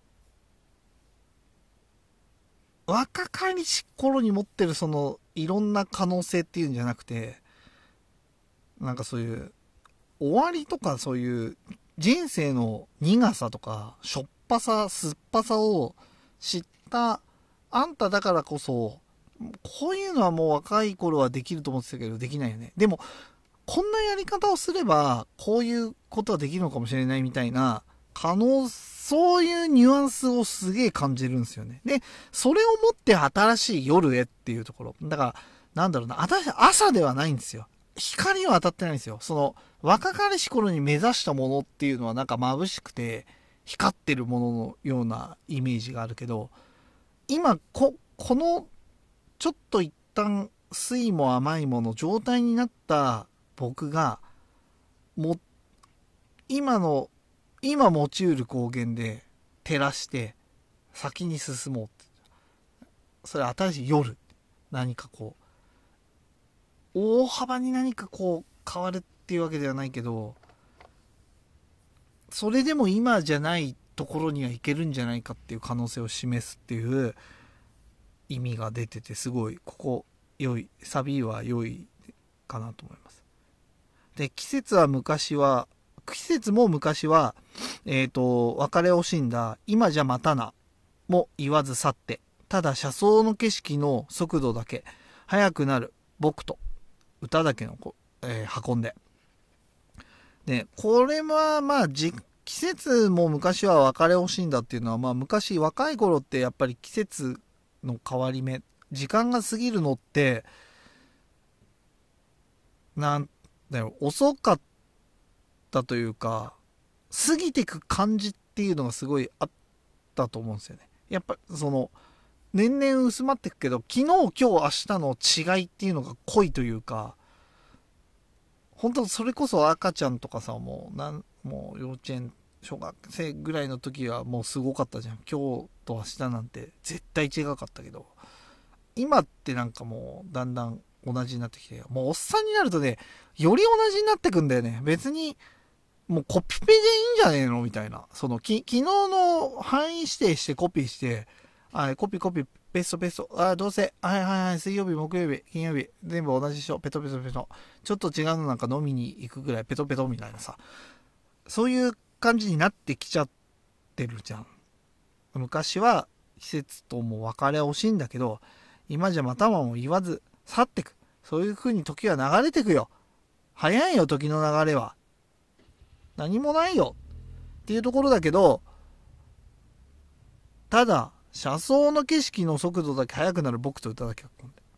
若かりし頃に持ってるその、いろんな可能性っていうんじゃなくて、なんかそういう、終わりとかそういう人生の苦さとか、しょっぱさ、酸っぱさを知ったあんただからこそ、こういうのはもう若い頃はできると思ってたけどできないよね。でも、こんなやり方をすれば、こういうことはできるのかもしれないみたいな、可能、そういうニュアンスをすげえ感じるんですよね。で、それをもって新しい夜へっていうところ。だから、なんだろうな、新しい朝ではないんですよ。光は当たってないんですよ。その、若かりし頃に目指したものっていうのはなんか眩しくて、光ってるもののようなイメージがあるけど、今、こ、この、ちょっと一旦、酸いも甘いもの状態になった僕が、も、今の、今持ち得る光源で照らして、先に進もうって。それ新しい夜。何かこう、大幅に何かこう、変わるっていうわけではないけど、それでも今じゃないところには行けるんじゃないかっていう可能性を示すっていう意味が出てて、すごい、ここ、良い、サビは良いかなと思います。で、季節は昔は、季節も昔は、えっ、と、別れを惜しんだ、今じゃまたな、も言わず去って、ただ車窓の景色の速度だけ、速くなる、僕と、歌だけのこ、えー運んで。で、これはまあ、じ、季節も昔は別れ惜しんだっていうのは、まあ昔若い頃ってやっぱり季節の変わり目、時間が過ぎるのって、なんだよ、遅かったというか、過ぎていく感じっていうのがすごいあったと思うんですよね。やっぱその、年々薄まっていくけど、昨日、今日、明日の違いっていうのが濃いというか、本当それこそ赤ちゃんとかさ、もう、なん、もう幼稚園、小学生ぐらいの時はもうすごかったじゃん。今日と明日なんて絶対違かったけど、今ってなんかもうだんだん同じになってきて、もうおっさんになるとね、より同じになってくんだよね。別に、もうコピペでいいんじゃねえのみたいな。その、き、昨日の範囲指定してコピーして、あ、コピーコピー、ペストペスト、あ、どうせ、はいはいはい、水曜日、木曜日、金曜日、全部同じでしょ、ペトペトペト。ちょっと違うのなんか飲みに行くぐらい、ペトペトみたいなさ。そういう感じになってきちゃってるじゃん。昔は季節とも別れ惜しいんだけど、今じゃまたも言わず去ってく。そういう風に時は流れてくよ。早いよ、時の流れは。何もないよ。っていうところだけど、ただ、車窓の景色の速度だけ速くなる僕と歌だけが込んで。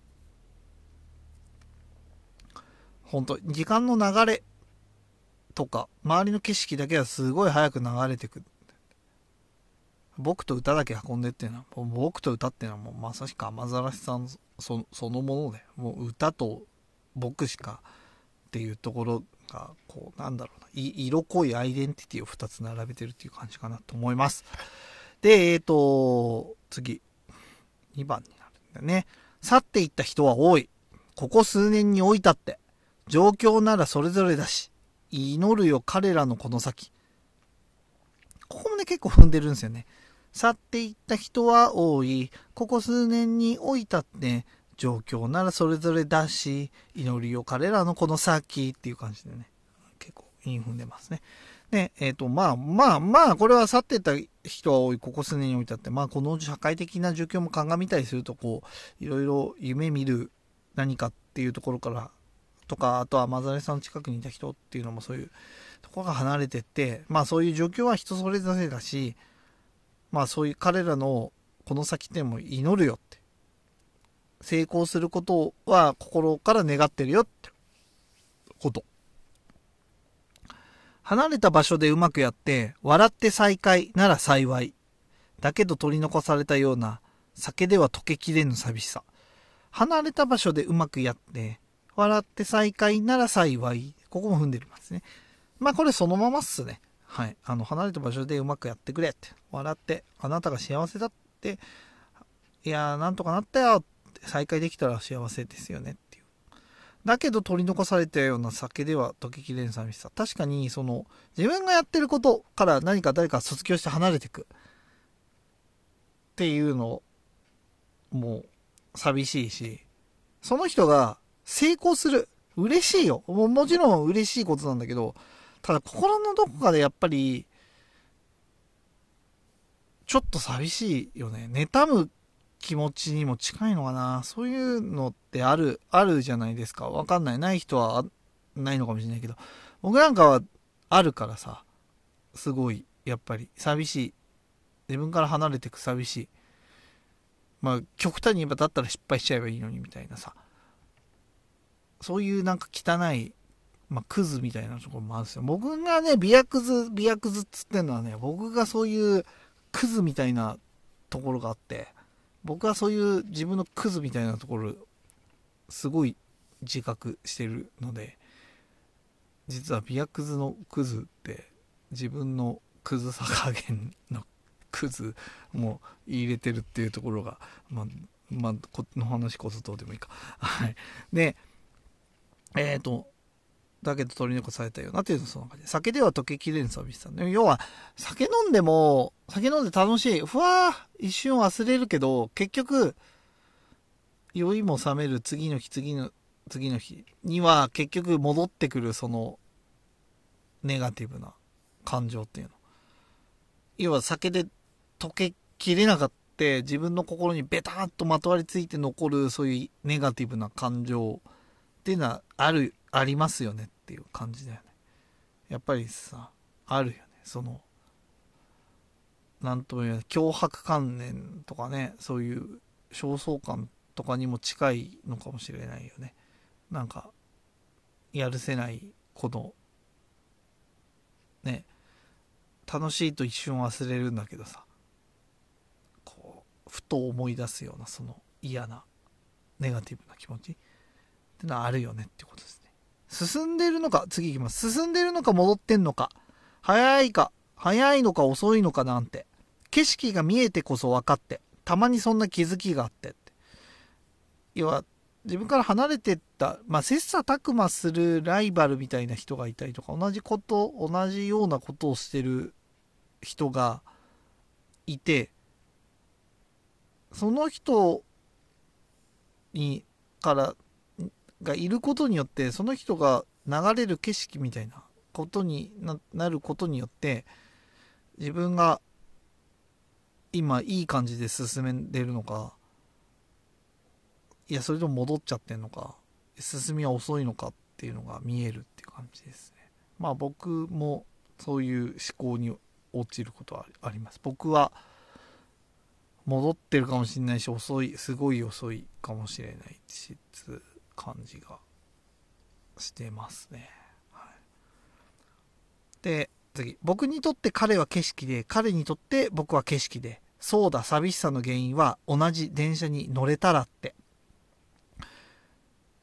本当時間の流れとか、周りの景色だけはすごい速く流れてく。僕と歌だけ運んでっていうのは、僕と歌っていうのはもうまさしく雨ざらしさん そ, そのもので、もう歌と僕しかっていうところかこうなんだろうな、色濃いアイデンティティをふたつ並べてるっていう感じかなと思います。で、えっと、次。にばんになるんだよね。去っていった人は多い。ここ数年においたって。状況ならそれぞれだし。祈るよ彼らのこの先。ここもね、結構踏んでるんですよね。去っていった人は多い。ここ数年においたって、状況ならそれぞれだし、祈りよ彼らのこの先っていう感じでね。結構、韻踏んでますね。で、えっと、まあまあまあ、これは去っていった人は多い、ここ数年においたって、まあこの社会的な状況も鑑みたりすると、こう、いろいろ夢見る何かっていうところから、とか、あとはマザレさんの近くにいた人っていうのもそういうところが離れてって、まあそういう状況は人それぞれだし、まあそういう彼らのこの先っても祈るよって。成功することは心から願ってるよってこと。離れた場所でうまくやって、笑って再会なら幸い。だけど取り残されたような、酒では溶けきれぬ寂しさ。離れた場所でうまくやって、笑って再会なら幸い。ここも踏んでますね。まあこれそのままっすね。はい。あの、離れた場所でうまくやってくれって。笑って、あなたが幸せだって、いやー、なんとかなったよって再会できたら幸せですよねっていう。だけど取り残されたような酒では溶けきれん寂しさ。確かに、その、自分がやってることから何か誰か卒業して離れていく。っていうのも寂しいし、その人が成功する。嬉しいよ。ももちろん嬉しいことなんだけど、ただ心のどこかでやっぱり、ちょっと寂しいよね。妬む気持ちにも近いのかな。そういうのってある、あるじゃないですか。わかんない。ない人はないのかもしれないけど、僕なんかはあるからさ、すごい、やっぱり寂しい。自分から離れてく寂しい。まあ、極端に言えばだったら失敗しちゃえばいいのにみたいなさ。そういうなんか汚い、まあ、クズみたいなところもあるんですよ。僕がね、ビアクズ、ビアクズっつってんのはね、僕がそういうクズみたいなところがあって、僕はそういう自分のクズみたいなところ、すごい自覚してるので、実はビアクズのクズって自分のクズさ加減のクズも入れてるっていうところが、まあ、まあ、この話こそどうでもいいか。はい。で、えっ、ー、と、だけど取り残されたよなっていうのその感じで。酒では溶けきれん寂しさ。要は、酒飲んでも、酒飲んで楽しい。ふわー一瞬忘れるけど、結局、酔いも覚める次の日、次の、次の日には結局戻ってくるその、ネガティブな感情っていうの。要は酒で溶けきれなかった自分の心にベターッとまとわりついて残るそういうネガティブな感情っていうのはある、ありますよねっていう感じだよね。やっぱりさ、あるよね。その、なんとも言えない、脅迫観念とかね、そういう焦燥感とかにも近いのかもしれないよね。なんか、やるせないこの、ね、楽しいと一瞬忘れるんだけどさ、こう、ふと思い出すようなその嫌な、ネガティブな気持ちってのはあるよねってことですね。進んでいるのか、次行きます。進んでいるのか戻ってんのか、早いか、早いのか遅いのかなんて、景色が見えてこそ分かって、たまにそんな気づきがあってって。要は、自分から離れてった、まあ、切磋琢磨するライバルみたいな人がいたりとか、同じこと、同じようなことをしてる人がいて、その人に、からがいることによって、その人が流れる景色みたいなことに な, なることによって、自分が今いい感じで進めてるのか、いやそれとも戻っちゃってんのか、進みは遅いのかっていうのが見えるっていう感じですね。まあ僕もそういう思考に落ちることはあります。僕は戻ってるかもしれないし、遅い、すごい遅いかもしれないし、つう感じがしてますね。はい、で、次。僕にとって彼は景色で、彼にとって僕は景色で、そうだ、寂しさの原因は同じ電車に乗れたらって。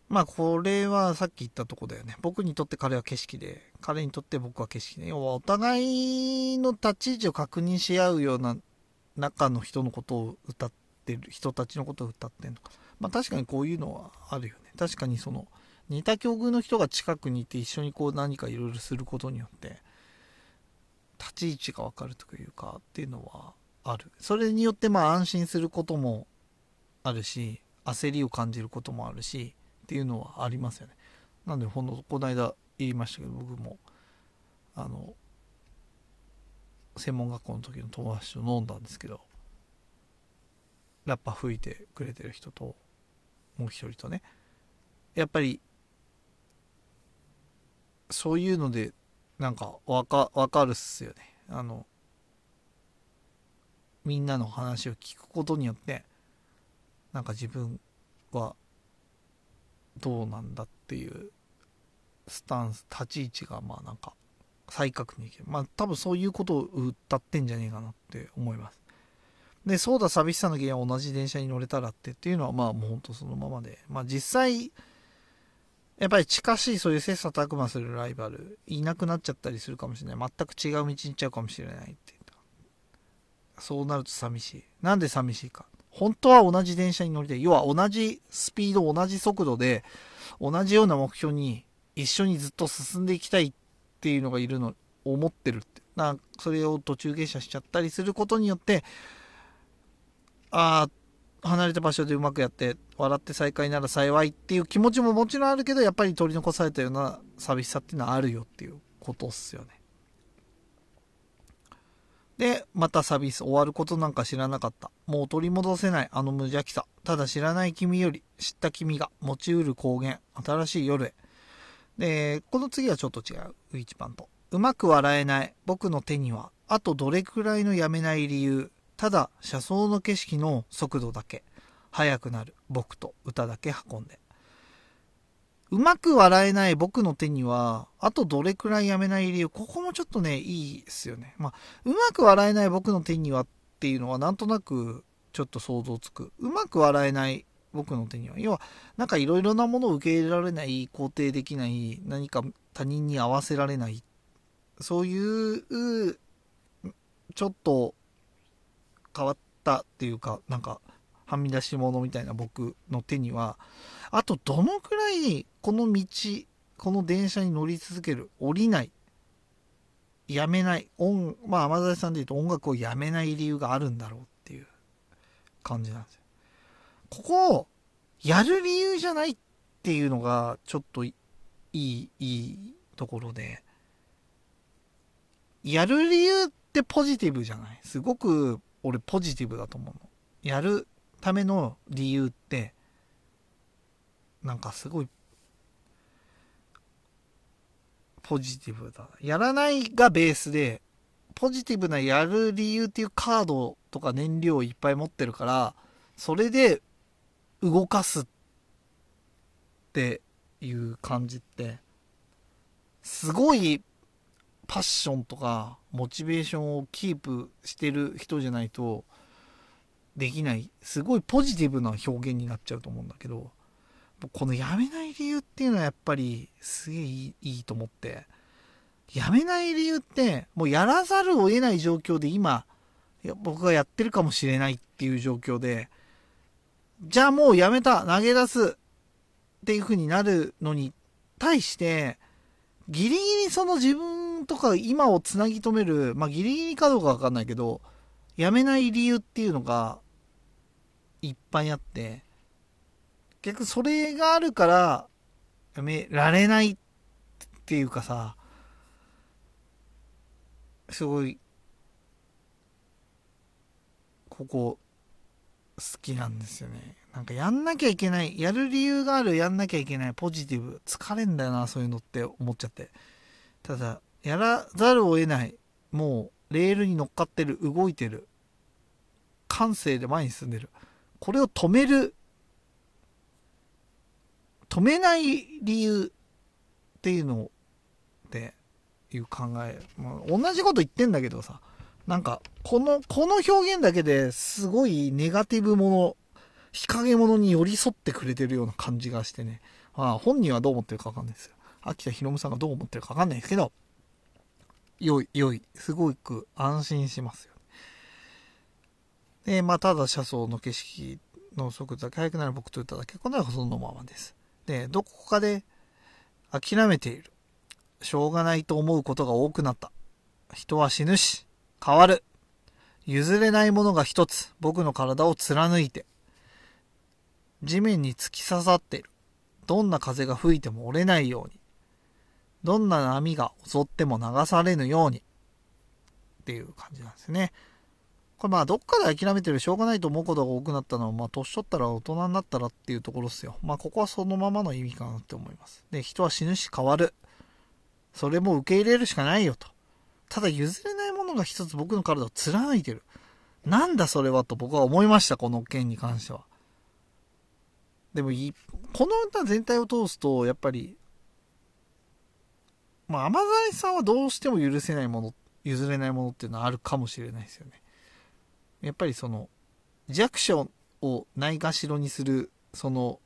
まあこれはさっき言ったとこだよね。僕にとって彼は景色で、彼にとって僕は景色で、要はお互いの立ち位置を確認し合うような中の人のことを歌ってる、人たちのことを歌ってるのか。まあ確かにこういうのはあるよね。確かにその似た境遇の人が近くにいて一緒にこう何かいろいろすることによって立ち位置がわかるというかっていうのはある。それによってまあ安心することもあるし、焦りを感じることもあるしっていうのはありますよね。なんでほんのこの間言いましたけど、僕もあの専門学校の時の友達と飲んだんですけど、ラッパ吹いてくれてる人ともう一人とね、やっぱりそういうのでなんかわかわかるっすよね。あのみんなの話を聞くことによってなんか自分はどうなんだっていうスタンス、立ち位置がまあなんか再確認できる。まあ多分そういうことを歌ってんじゃねえかなって思います。で、そうだ寂しさの原因は同じ電車に乗れたらってっていうのはまあもうほんとそのままで、まあ実際やっぱり近しいそういう切磋琢磨するライバルいなくなっちゃったりするかもしれない。全く違う道に行っちゃうかもしれないって。そうなると寂しい。なんで寂しいか。本当は同じ電車に乗りたい。要は同じスピード、同じ速度で同じような目標に一緒にずっと進んでいきたいっていうのがいるの、思ってるって。なそれを途中下車しちゃったりすることによって、ああ、離れた場所でうまくやって笑って再会なら幸いっていう気持ちももちろんあるけど、やっぱり取り残されたような寂しさっていうのはあるよっていうことっすよね。で、また寂しさ、終わることなんか知らなかった。もう取り戻せないあの無邪気さ。ただ知らない君より知った君が持ちうる光源。新しい夜へ。で、この次はちょっと違う。ウイチパンと。うまく笑えない僕の手には、あとどれくらいのやめない理由。ただ車窓の景色の速度だけ。速くなる僕と歌だけ運んで。うまく笑えない僕の手には、あとどれくらいやめない理由。ここもちょっとね、いいですよね。まあ、うまく笑えない僕の手にはっていうのはなんとなくちょっと想像つく。うまく笑えない僕の手には。要は、なんかいろいろなものを受け入れられない、肯定できない、何か他人に合わせられない。そういう、ちょっと変わったっていうか、なんか、はみ出し物みたいな僕の手には、あとどのくらいこの道、この電車に乗り続ける、降りない、やめない、音、まあ、天崎さんで言うと音楽をやめない理由があるんだろうっていう感じなんですよ。ここを、やる理由じゃないっていうのが、ちょっといい、いいところで、やる理由ってポジティブじゃない？すごく俺ポジティブだと思うの。やるための理由って、なんかすごいポジティブだ。やらないがベースで、ポジティブなやる理由っていうカードとか燃料をいっぱい持ってるから、それで動かすっていう感じって、すごいパッションとかモチベーションをキープしてる人じゃないとできない、すごいポジティブな表現になっちゃうと思うんだけど、このやめない理由っていうのはやっぱりすげえいい、いいと思って、やめない理由ってもうやらざるを得ない状況で今いや僕がやってるかもしれないっていう状況で、じゃあもうやめた、投げ出すっていう風になるのに対して、ギリギリその自分とか今をつなぎ止める、まあギリギリかどうかわかんないけど、やめない理由っていうのがいっぱいあって、結局それがあるからやめられないっていうかさ、すごいここ好きなんですよね。なんかやんなきゃいけない、やる理由がある、やんなきゃいけない、ポジティブ、疲れんだよな、そういうのって思っちゃって。ただ、やらざるを得ない、もう、レールに乗っかってる、動いてる、感性で前に進んでる。これを止める、止めない理由っていうのっていう考え、まあ、同じこと言ってんだけどさ、なんか、この、この表現だけですごいネガティブもの日陰者に寄り添ってくれてるような感じがしてね。まあ、本人はどう思ってるかわかんないですよ。秋田ひろむさんがどう思ってるかわかんないですけど、良い、良い。すごく安心しますよ。で、まあ、ただ車窓の景色の速度だけ速くなる僕と歌だけ、このはそのままです。で、どこかで諦めている。しょうがないと思うことが多くなった。人は死ぬし、変わる。譲れないものが一つ、僕の体を貫いて、地面に突き刺さっている。どんな風が吹いても折れないように。どんな波が襲っても流されぬように。っていう感じなんですね。これまあどっかで諦めてるしょうがないと思うことが多くなったのは、まあ年取ったら大人になったらっていうところですよ。まあここはそのままの意味かなって思います。で、人は死ぬし変わる。それも受け入れるしかないよと。ただ譲れないものが一つ僕の体を貫いてる。なんだそれはと僕は思いました、この件に関しては。でもい、この歌全体を通すと、やっぱり、まあ、天崎さんはどうしても許せないもの、譲れないものっていうのはあるかもしれないですよね。やっぱりその、弱者をないがしろにする、その、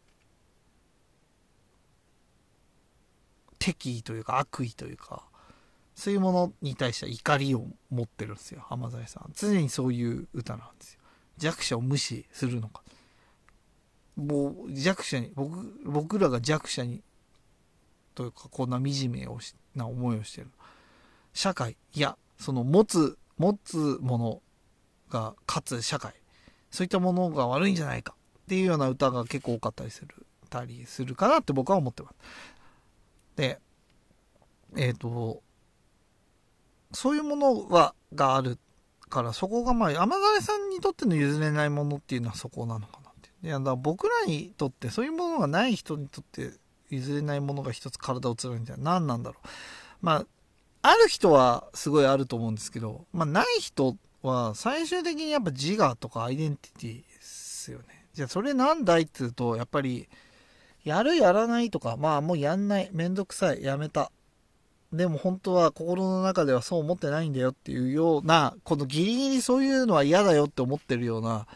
敵意というか悪意というか、そういうものに対しては怒りを持ってるんですよ、天崎さん。常にそういう歌なんですよ。弱者を無視するのか。もう弱者に、僕、僕らが弱者に、というか、こんな惨めをし、な思いをしてる。社会、いや、その持つ、持つものが勝つ社会、そういったものが悪いんじゃないかっていうような歌が結構多かったりする、たりするかなって僕は思ってます。で、えっと、そういうものは、があるから、そこがまあ、天崎さんにとっての譲れないものっていうのはそこなのかなって。いや、だから僕らにとって、そういうものがない人にとって譲れないものが一つ体を貫いてる。何なんだろう。まあ、ある人はすごいあると思うんですけど、まあ、ない人は最終的にやっぱ自我とかアイデンティティですよね。じゃあそれなんだいって言うと、やっぱり、やるやらないとか、まあもうやんない、めんどくさい、やめた。でも本当は心の中ではそう思ってないんだよっていうような、このギリギリそういうのは嫌だよって思ってるような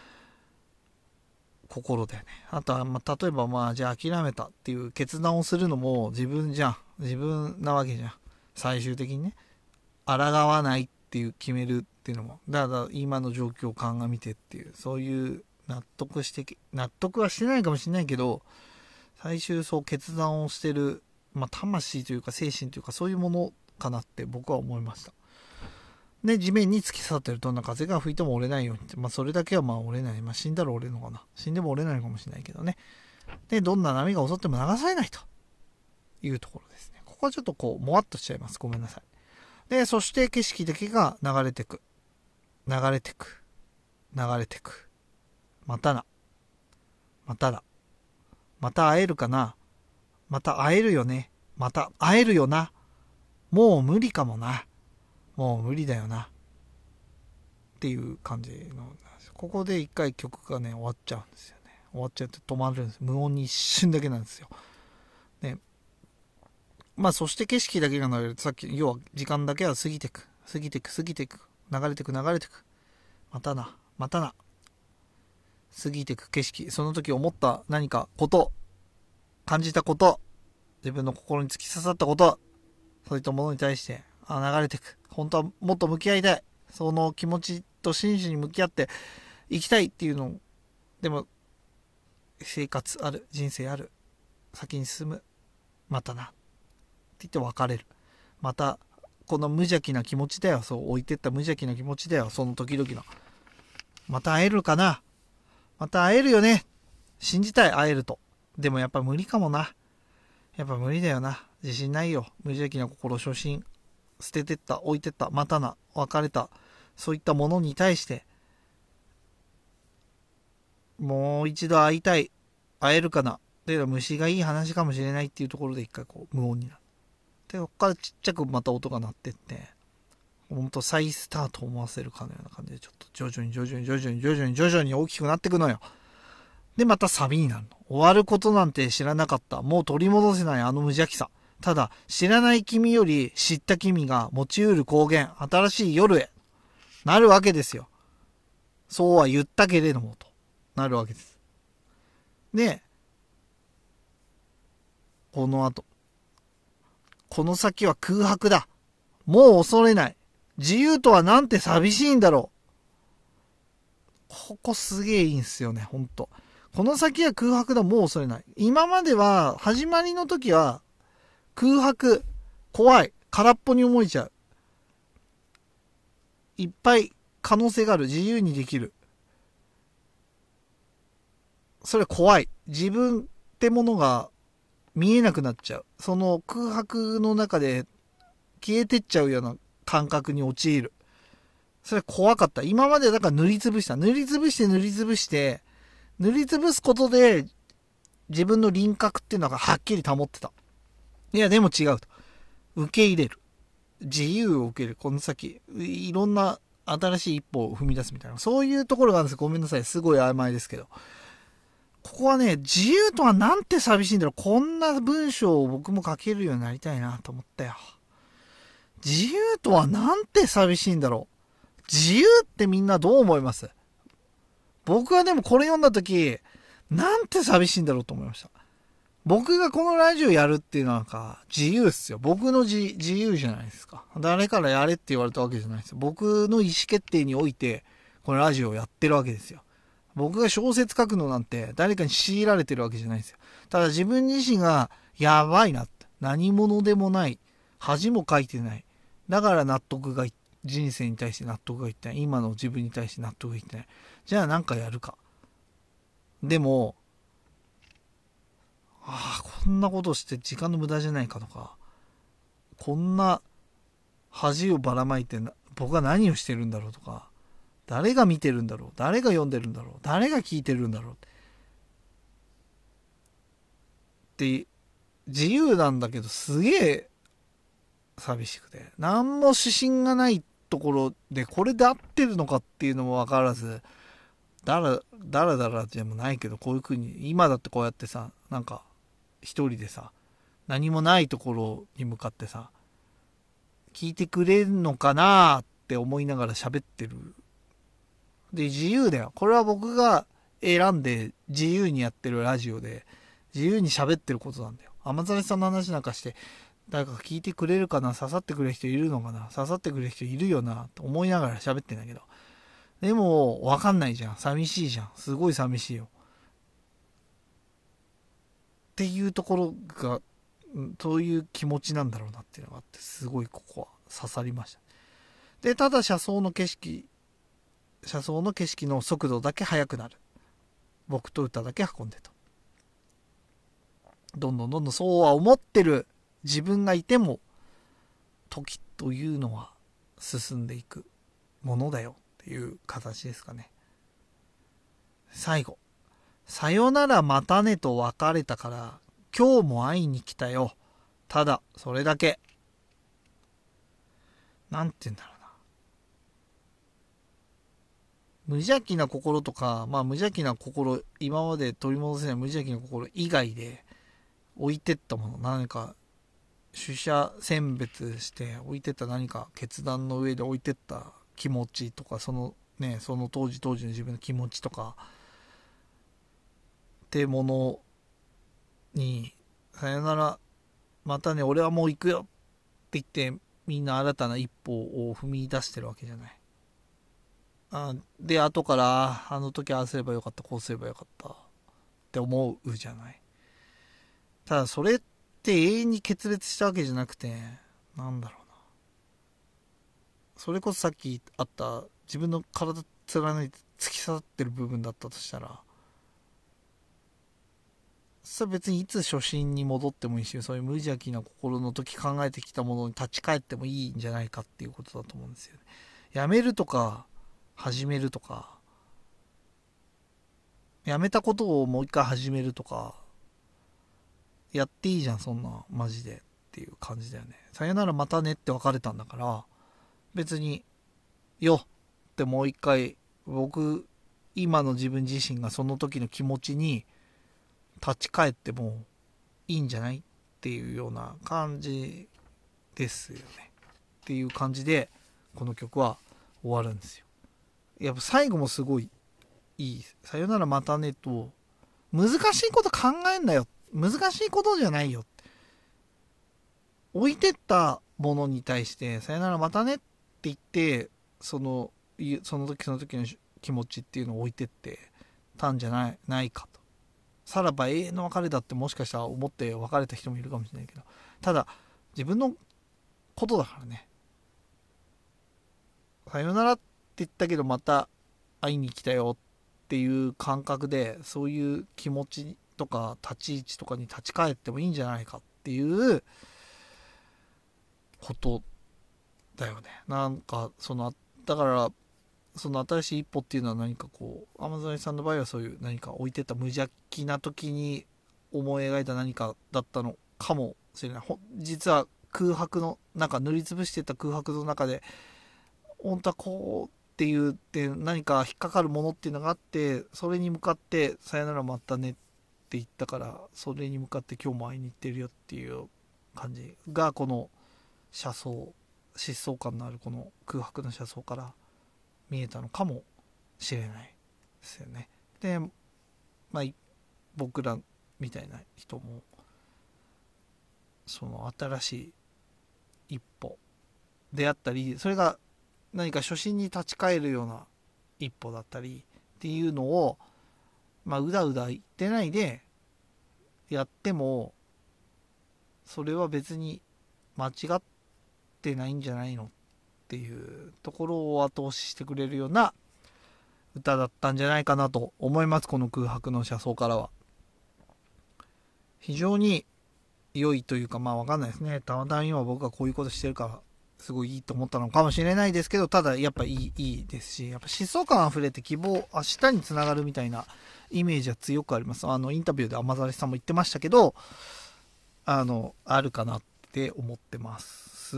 心だよね。あとは、まあ、例えばまあ、じゃあ諦めたっていう決断をするのも自分じゃん。自分なわけじゃん。最終的にね。抗わないっていう決めるっていうのも。だから今の状況を鑑みてっていう、そういう納得して、納得はしてないかもしれないけど、最終そう決断をしてる、まあ、魂というか精神というかそういうものかなって僕は思いました。で、地面に突き刺さってるどんな風が吹いても折れないようにって。まあ、それだけはまあ折れない。まあ、死んだら折れるのかな。死んでも折れないのかもしれないけどね。で、どんな波が襲っても流されないというところですね。ここはちょっとこう、もわっとしちゃいます。ごめんなさい。で、そして景色だけが流れてく。流れてく。流れてく。またな。まただ。また会えるかな。また会えるよね。また会えるよな。もう無理かもな。もう無理だよな。っていう感じの。ここで一回曲がね、終わっちゃうんですよね。終わっちゃって止まるんです。無音に一瞬だけなんですよ。ね。まあ、そして景色だけが流れる。さっき、要は時間だけは過ぎてく。過ぎてく、過ぎてく。流れてく、流れてく。またな、またな。過ぎてく景色。その時思った何かこと、感じたこと、自分の心に突き刺さったこと、そういったものに対して、あ、流れてく。本当はもっと向き合いたい。その気持ちと真摯に向き合って生きたいっていうのを、でも、生活ある、人生ある、先に進む、またな。って言って別れる。また、この無邪気な気持ちだよ。そう置いてった無邪気な気持ちだよ。その時々の。また会えるかな。また会えるよね。信じたい、会えると。でもやっぱ無理かもな。やっぱ無理だよな。自信ないよ。無邪気な心、初心。捨ててった、置いてった、またな、別れた。そういったものに対して、もう一度会いたい。会えるかな。で、虫がいい話かもしれないっていうところで一回こう無音になる。で、ここからちっちゃくまた音が鳴ってって、ほんと再スタートを思わせるかのような感じで、ちょっと徐々に徐々に徐々に徐々に徐々に大きくなっていくのよ。で、またサビになるの。終わることなんて知らなかった。もう取り戻せないあの無邪気さ。ただ、知らない君より知った君が持ち得る光源、新しい夜へ、なるわけですよ。そうは言ったけれども、となるわけです。 で、この後。この先は空白だ。もう恐れない。自由とはなんて寂しいんだろう。ここすげえいいんすよね、ほんと。この先は空白だ、もう恐れない。今までは、始まりの時は、空白、怖い、空っぽに思えちゃう。いっぱい可能性がある。自由にできる。それ怖い。自分ってものが見えなくなっちゃう。その空白の中で消えてっちゃうような感覚に陥る。それ怖かった。今までだから塗りつぶした。塗りつぶして塗りつぶして、塗りつぶすことで自分の輪郭っていうのがはっきり保ってた。いや、でも違うと。受け入れる。自由を受け入れる。この先、いろんな新しい一歩を踏み出すみたいな。そういうところがあるんですよ。ごめんなさい。すごい曖昧ですけど。ここはね、自由とはなんて寂しいんだろう。こんな文章を僕も書けるようになりたいなと思ったよ。自由とはなんて寂しいんだろう。自由ってみんなどう思います？僕はでもこれ読んだ時、なんて寂しいんだろうと思いました。僕がこのラジオやるっていうのはなんか自由っすよ。僕の自自由じゃないですか。誰からやれって言われたわけじゃないですよ。僕の意思決定において、このラジオをやってるわけですよ。僕が小説書くのなんて誰かに強いられてるわけじゃないですよ。ただ自分自身がやばいなって。何者でもない。恥もかいてない。だから納得がい人生に対して納得がいってない。今の自分に対して納得がいってない。じゃあなんかやるか。でも、ああ、こんなことして時間の無駄じゃないかとか、こんな恥をばらまいて僕は何をしてるんだろうとか、誰が見てるんだろう、誰が読んでるんだろう、誰が聞いてるんだろうって自由なんだけどすげえ寂しくて、何も指針がないところでこれで合ってるのかっていうのも分からず、だらだらだらでもないけど、こういう風に今だってこうやってさ、なんか一人でさ、何もないところに向かってさ、聞いてくれるのかなって思いながら喋ってる。で、自由だよ。これは僕が選んで自由にやってるラジオで、自由に喋ってることなんだよ。天ざさんの話なんかして、誰か聞いてくれるかな、刺さってくれる人いるのかな、刺さってくれる人いるよなと思いながら喋ってんだけど。でも、わかんないじゃん。寂しいじゃん。すごい寂しいよ。っていうところが、そういう気持ちなんだろうなっていうのがあって、すごいここは刺さりました。で、ただ車窓の景色、車窓の景色の速度だけ速くなる。僕と歌だけ運んでと。どんどんどんどんそうは思ってる自分がいても、時というのは進んでいくものだよっていう形ですかね。最後。さよならまたねと別れたから今日も会いに来たよ。ただそれだけ。なんて言うんだろうな。無邪気な心とか、まあ無邪気な心、今まで取り戻せない無邪気な心以外で置いてったもの、何か取捨選別して置いてった何か決断の上で置いてった気持ちとか、そのね、その当時当時の自分の気持ちとかってものに、さよならまたね俺はもう行くよって言ってみんな新たな一歩を踏み出してるわけじゃない。あで後からあの時ああすればよかった、こうすればよかったって思うじゃない。ただそれって永遠に決裂したわけじゃなくて、なんだろうな、それこそさっきあった自分の体貫いて突き刺さってる部分だったとしたら、それは別にいつ初心に戻ってもいいし、そういう無邪気な心の時考えてきたものに立ち返ってもいいんじゃないかっていうことだと思うんですよね。やめるとか始めるとか、やめたことをもう一回始めるとか、やっていいじゃんそんなマジでっていう感じだよね。さよならまたねって別れたんだから、別によってもう一回僕今の自分自身がその時の気持ちに立ち返ってもいいんじゃないっていうような感じですよね。っていう感じでこの曲は終わるんですよ。やっぱ最後もすごいいい。さよならまたねと難しいこと考えんなよ。難しいことじゃないよ。置いてったものに対して、さよならまたねって言って、その、その時その時の気持ちっていうのを置いてってたんじゃない、ないかと。さらば永遠の別れだってもしかしたら思って別れた人もいるかもしれないけど、ただ、自分のことだからね。さよならって言ったけどまた会いに来たよっていう感覚で、そういう気持ちとか立ち位置とかに立ち返ってもいいんじゃないかっていうことだよね。なんかそのだからその新しい一歩っていうのは何かこう、アマゾンさんの場合はそういう何か置いてた無邪気な時に思い描いた何かだったのかもしれない。実は空白の中、塗りつぶしてた空白の中で本当はこうっていうって何か引っかかるものっていうのがあって、それに向かってさよならまたねって言ったから、それに向かって今日も会いに行ってるよっていう感じが、この車窓、疾走感のあるこの空白の車窓から見えたのかもしれないですよね。で、まあ僕らみたいな人もその新しい一歩であったり、それが何か初心に立ち返るような一歩だったりっていうのを、まあうだうだ言ってないでやっても、それは別に間違ってないんじゃないのっていうところを後押ししてくれるような歌だったんじゃないかなと思います。この空白の車窓からは非常に良いというか、まあわかんないですね。たまたま今僕がこういうことしてるからすごいいいと思ったのかもしれないですけど、ただやっぱいい、いいですし、やっぱ疾走感あふれて希望、明日につながるみたいなイメージは強くあります。あのインタビューで天沢さんも言ってましたけど、あのあるかなって思ってます。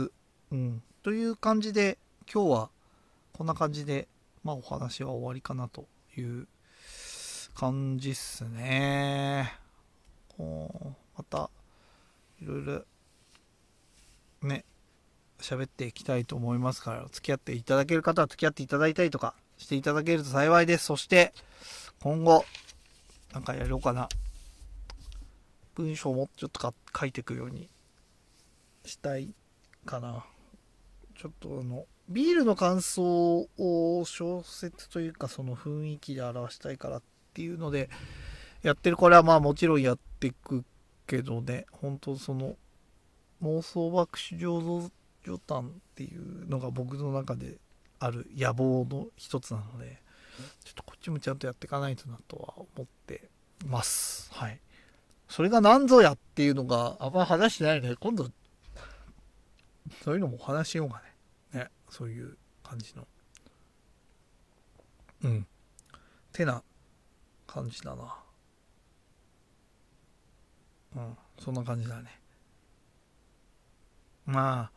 うん、という感じで今日はこんな感じで、まあお話は終わりかなという感じっすね。またいろいろね喋っていきたいと思いますから、付き合っていただける方は付き合っていただいたりとかしていただけると幸いです。そして今後なんかやろうかな、文章をもちょっと書いていくようにしたいかな。ちょっとあのビールの感想を小説というかその雰囲気で表したいからっていうのでやってる。これはまあもちろんやっていくけどね、本当その妄想爆笑醸造所短っていうのが僕の中である野望の一つなので、ちょっとこっちもちゃんとやっていかないとなとは思ってます。はい。それが何ぞやっていうのがあんま話してないので、今度そういうのもお話しようがね。ね、そういう感じの。うん。てな感じだな。うん。そんな感じだね。まあ、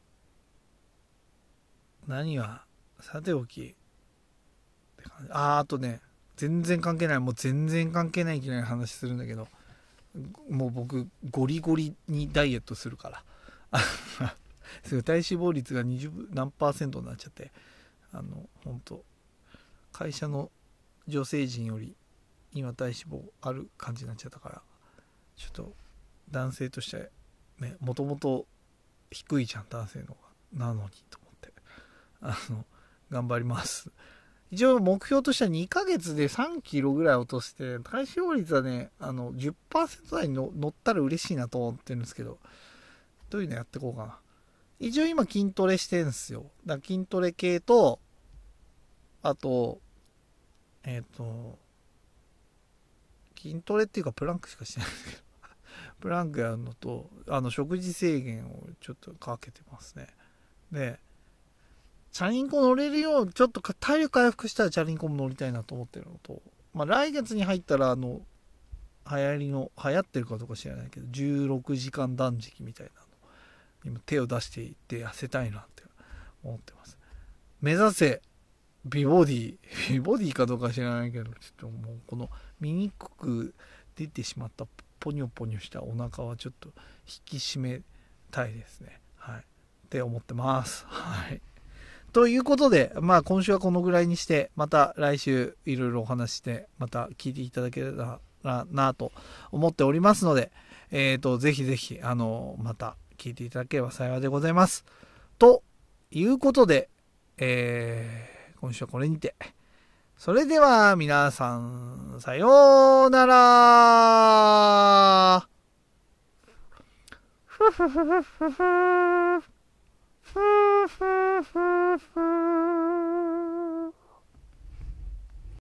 何はさておきって感じ。あー、あとね、全然関係ない、もう全然関係ないいきなり話するんだけど、もう僕ゴリゴリにダイエットするからすぐ体脂肪率がにじゅう何パーセントになっちゃって、あの本当会社の女性陣より今体脂肪ある感じになっちゃったから、ちょっと男性としてね、もともと低いじゃん男性の方が、なのにと思ってあの頑張ります。一応目標としてはにかげつでさんキロぐらい落として、体脂肪率はね、あの じゅっパーセント 台に乗ったら嬉しいなと思ってるんですけど、どういうのやっていこうかな。一応今筋トレしてるんですよ。だから筋トレ系と、あと、えっ、ー、と、筋トレっていうかプランクしかしてないんですけど、プランクやるのと、あの食事制限をちょっとかけてますね。で、チャリンコ乗れるよう、ちょっと体力回復したらチャリンコも乗りたいなと思ってるのと、まあ来月に入ったらあの、流行りの、流行ってるかどうか知らないけど、じゅうろくじかん断食みたいなの、今手を出していって痩せたいなって思ってます。目指せ、美ボディ、美ボディかどうか知らないけど、ちょっともうこの醜く出てしまったポニョポニョしたお腹はちょっと引き締めたいですね。はい。って思ってます。はい。ということで、まあ今週はこのぐらいにして、また来週いろいろお話して、また聞いていただけたららなと思っておりますので、えっと、ぜひぜひ、あの、また聞いていただければ幸いでございます。ということで、えー、今週はこれにて。それでは皆さん、さようなら。ふふふふふふふふふふ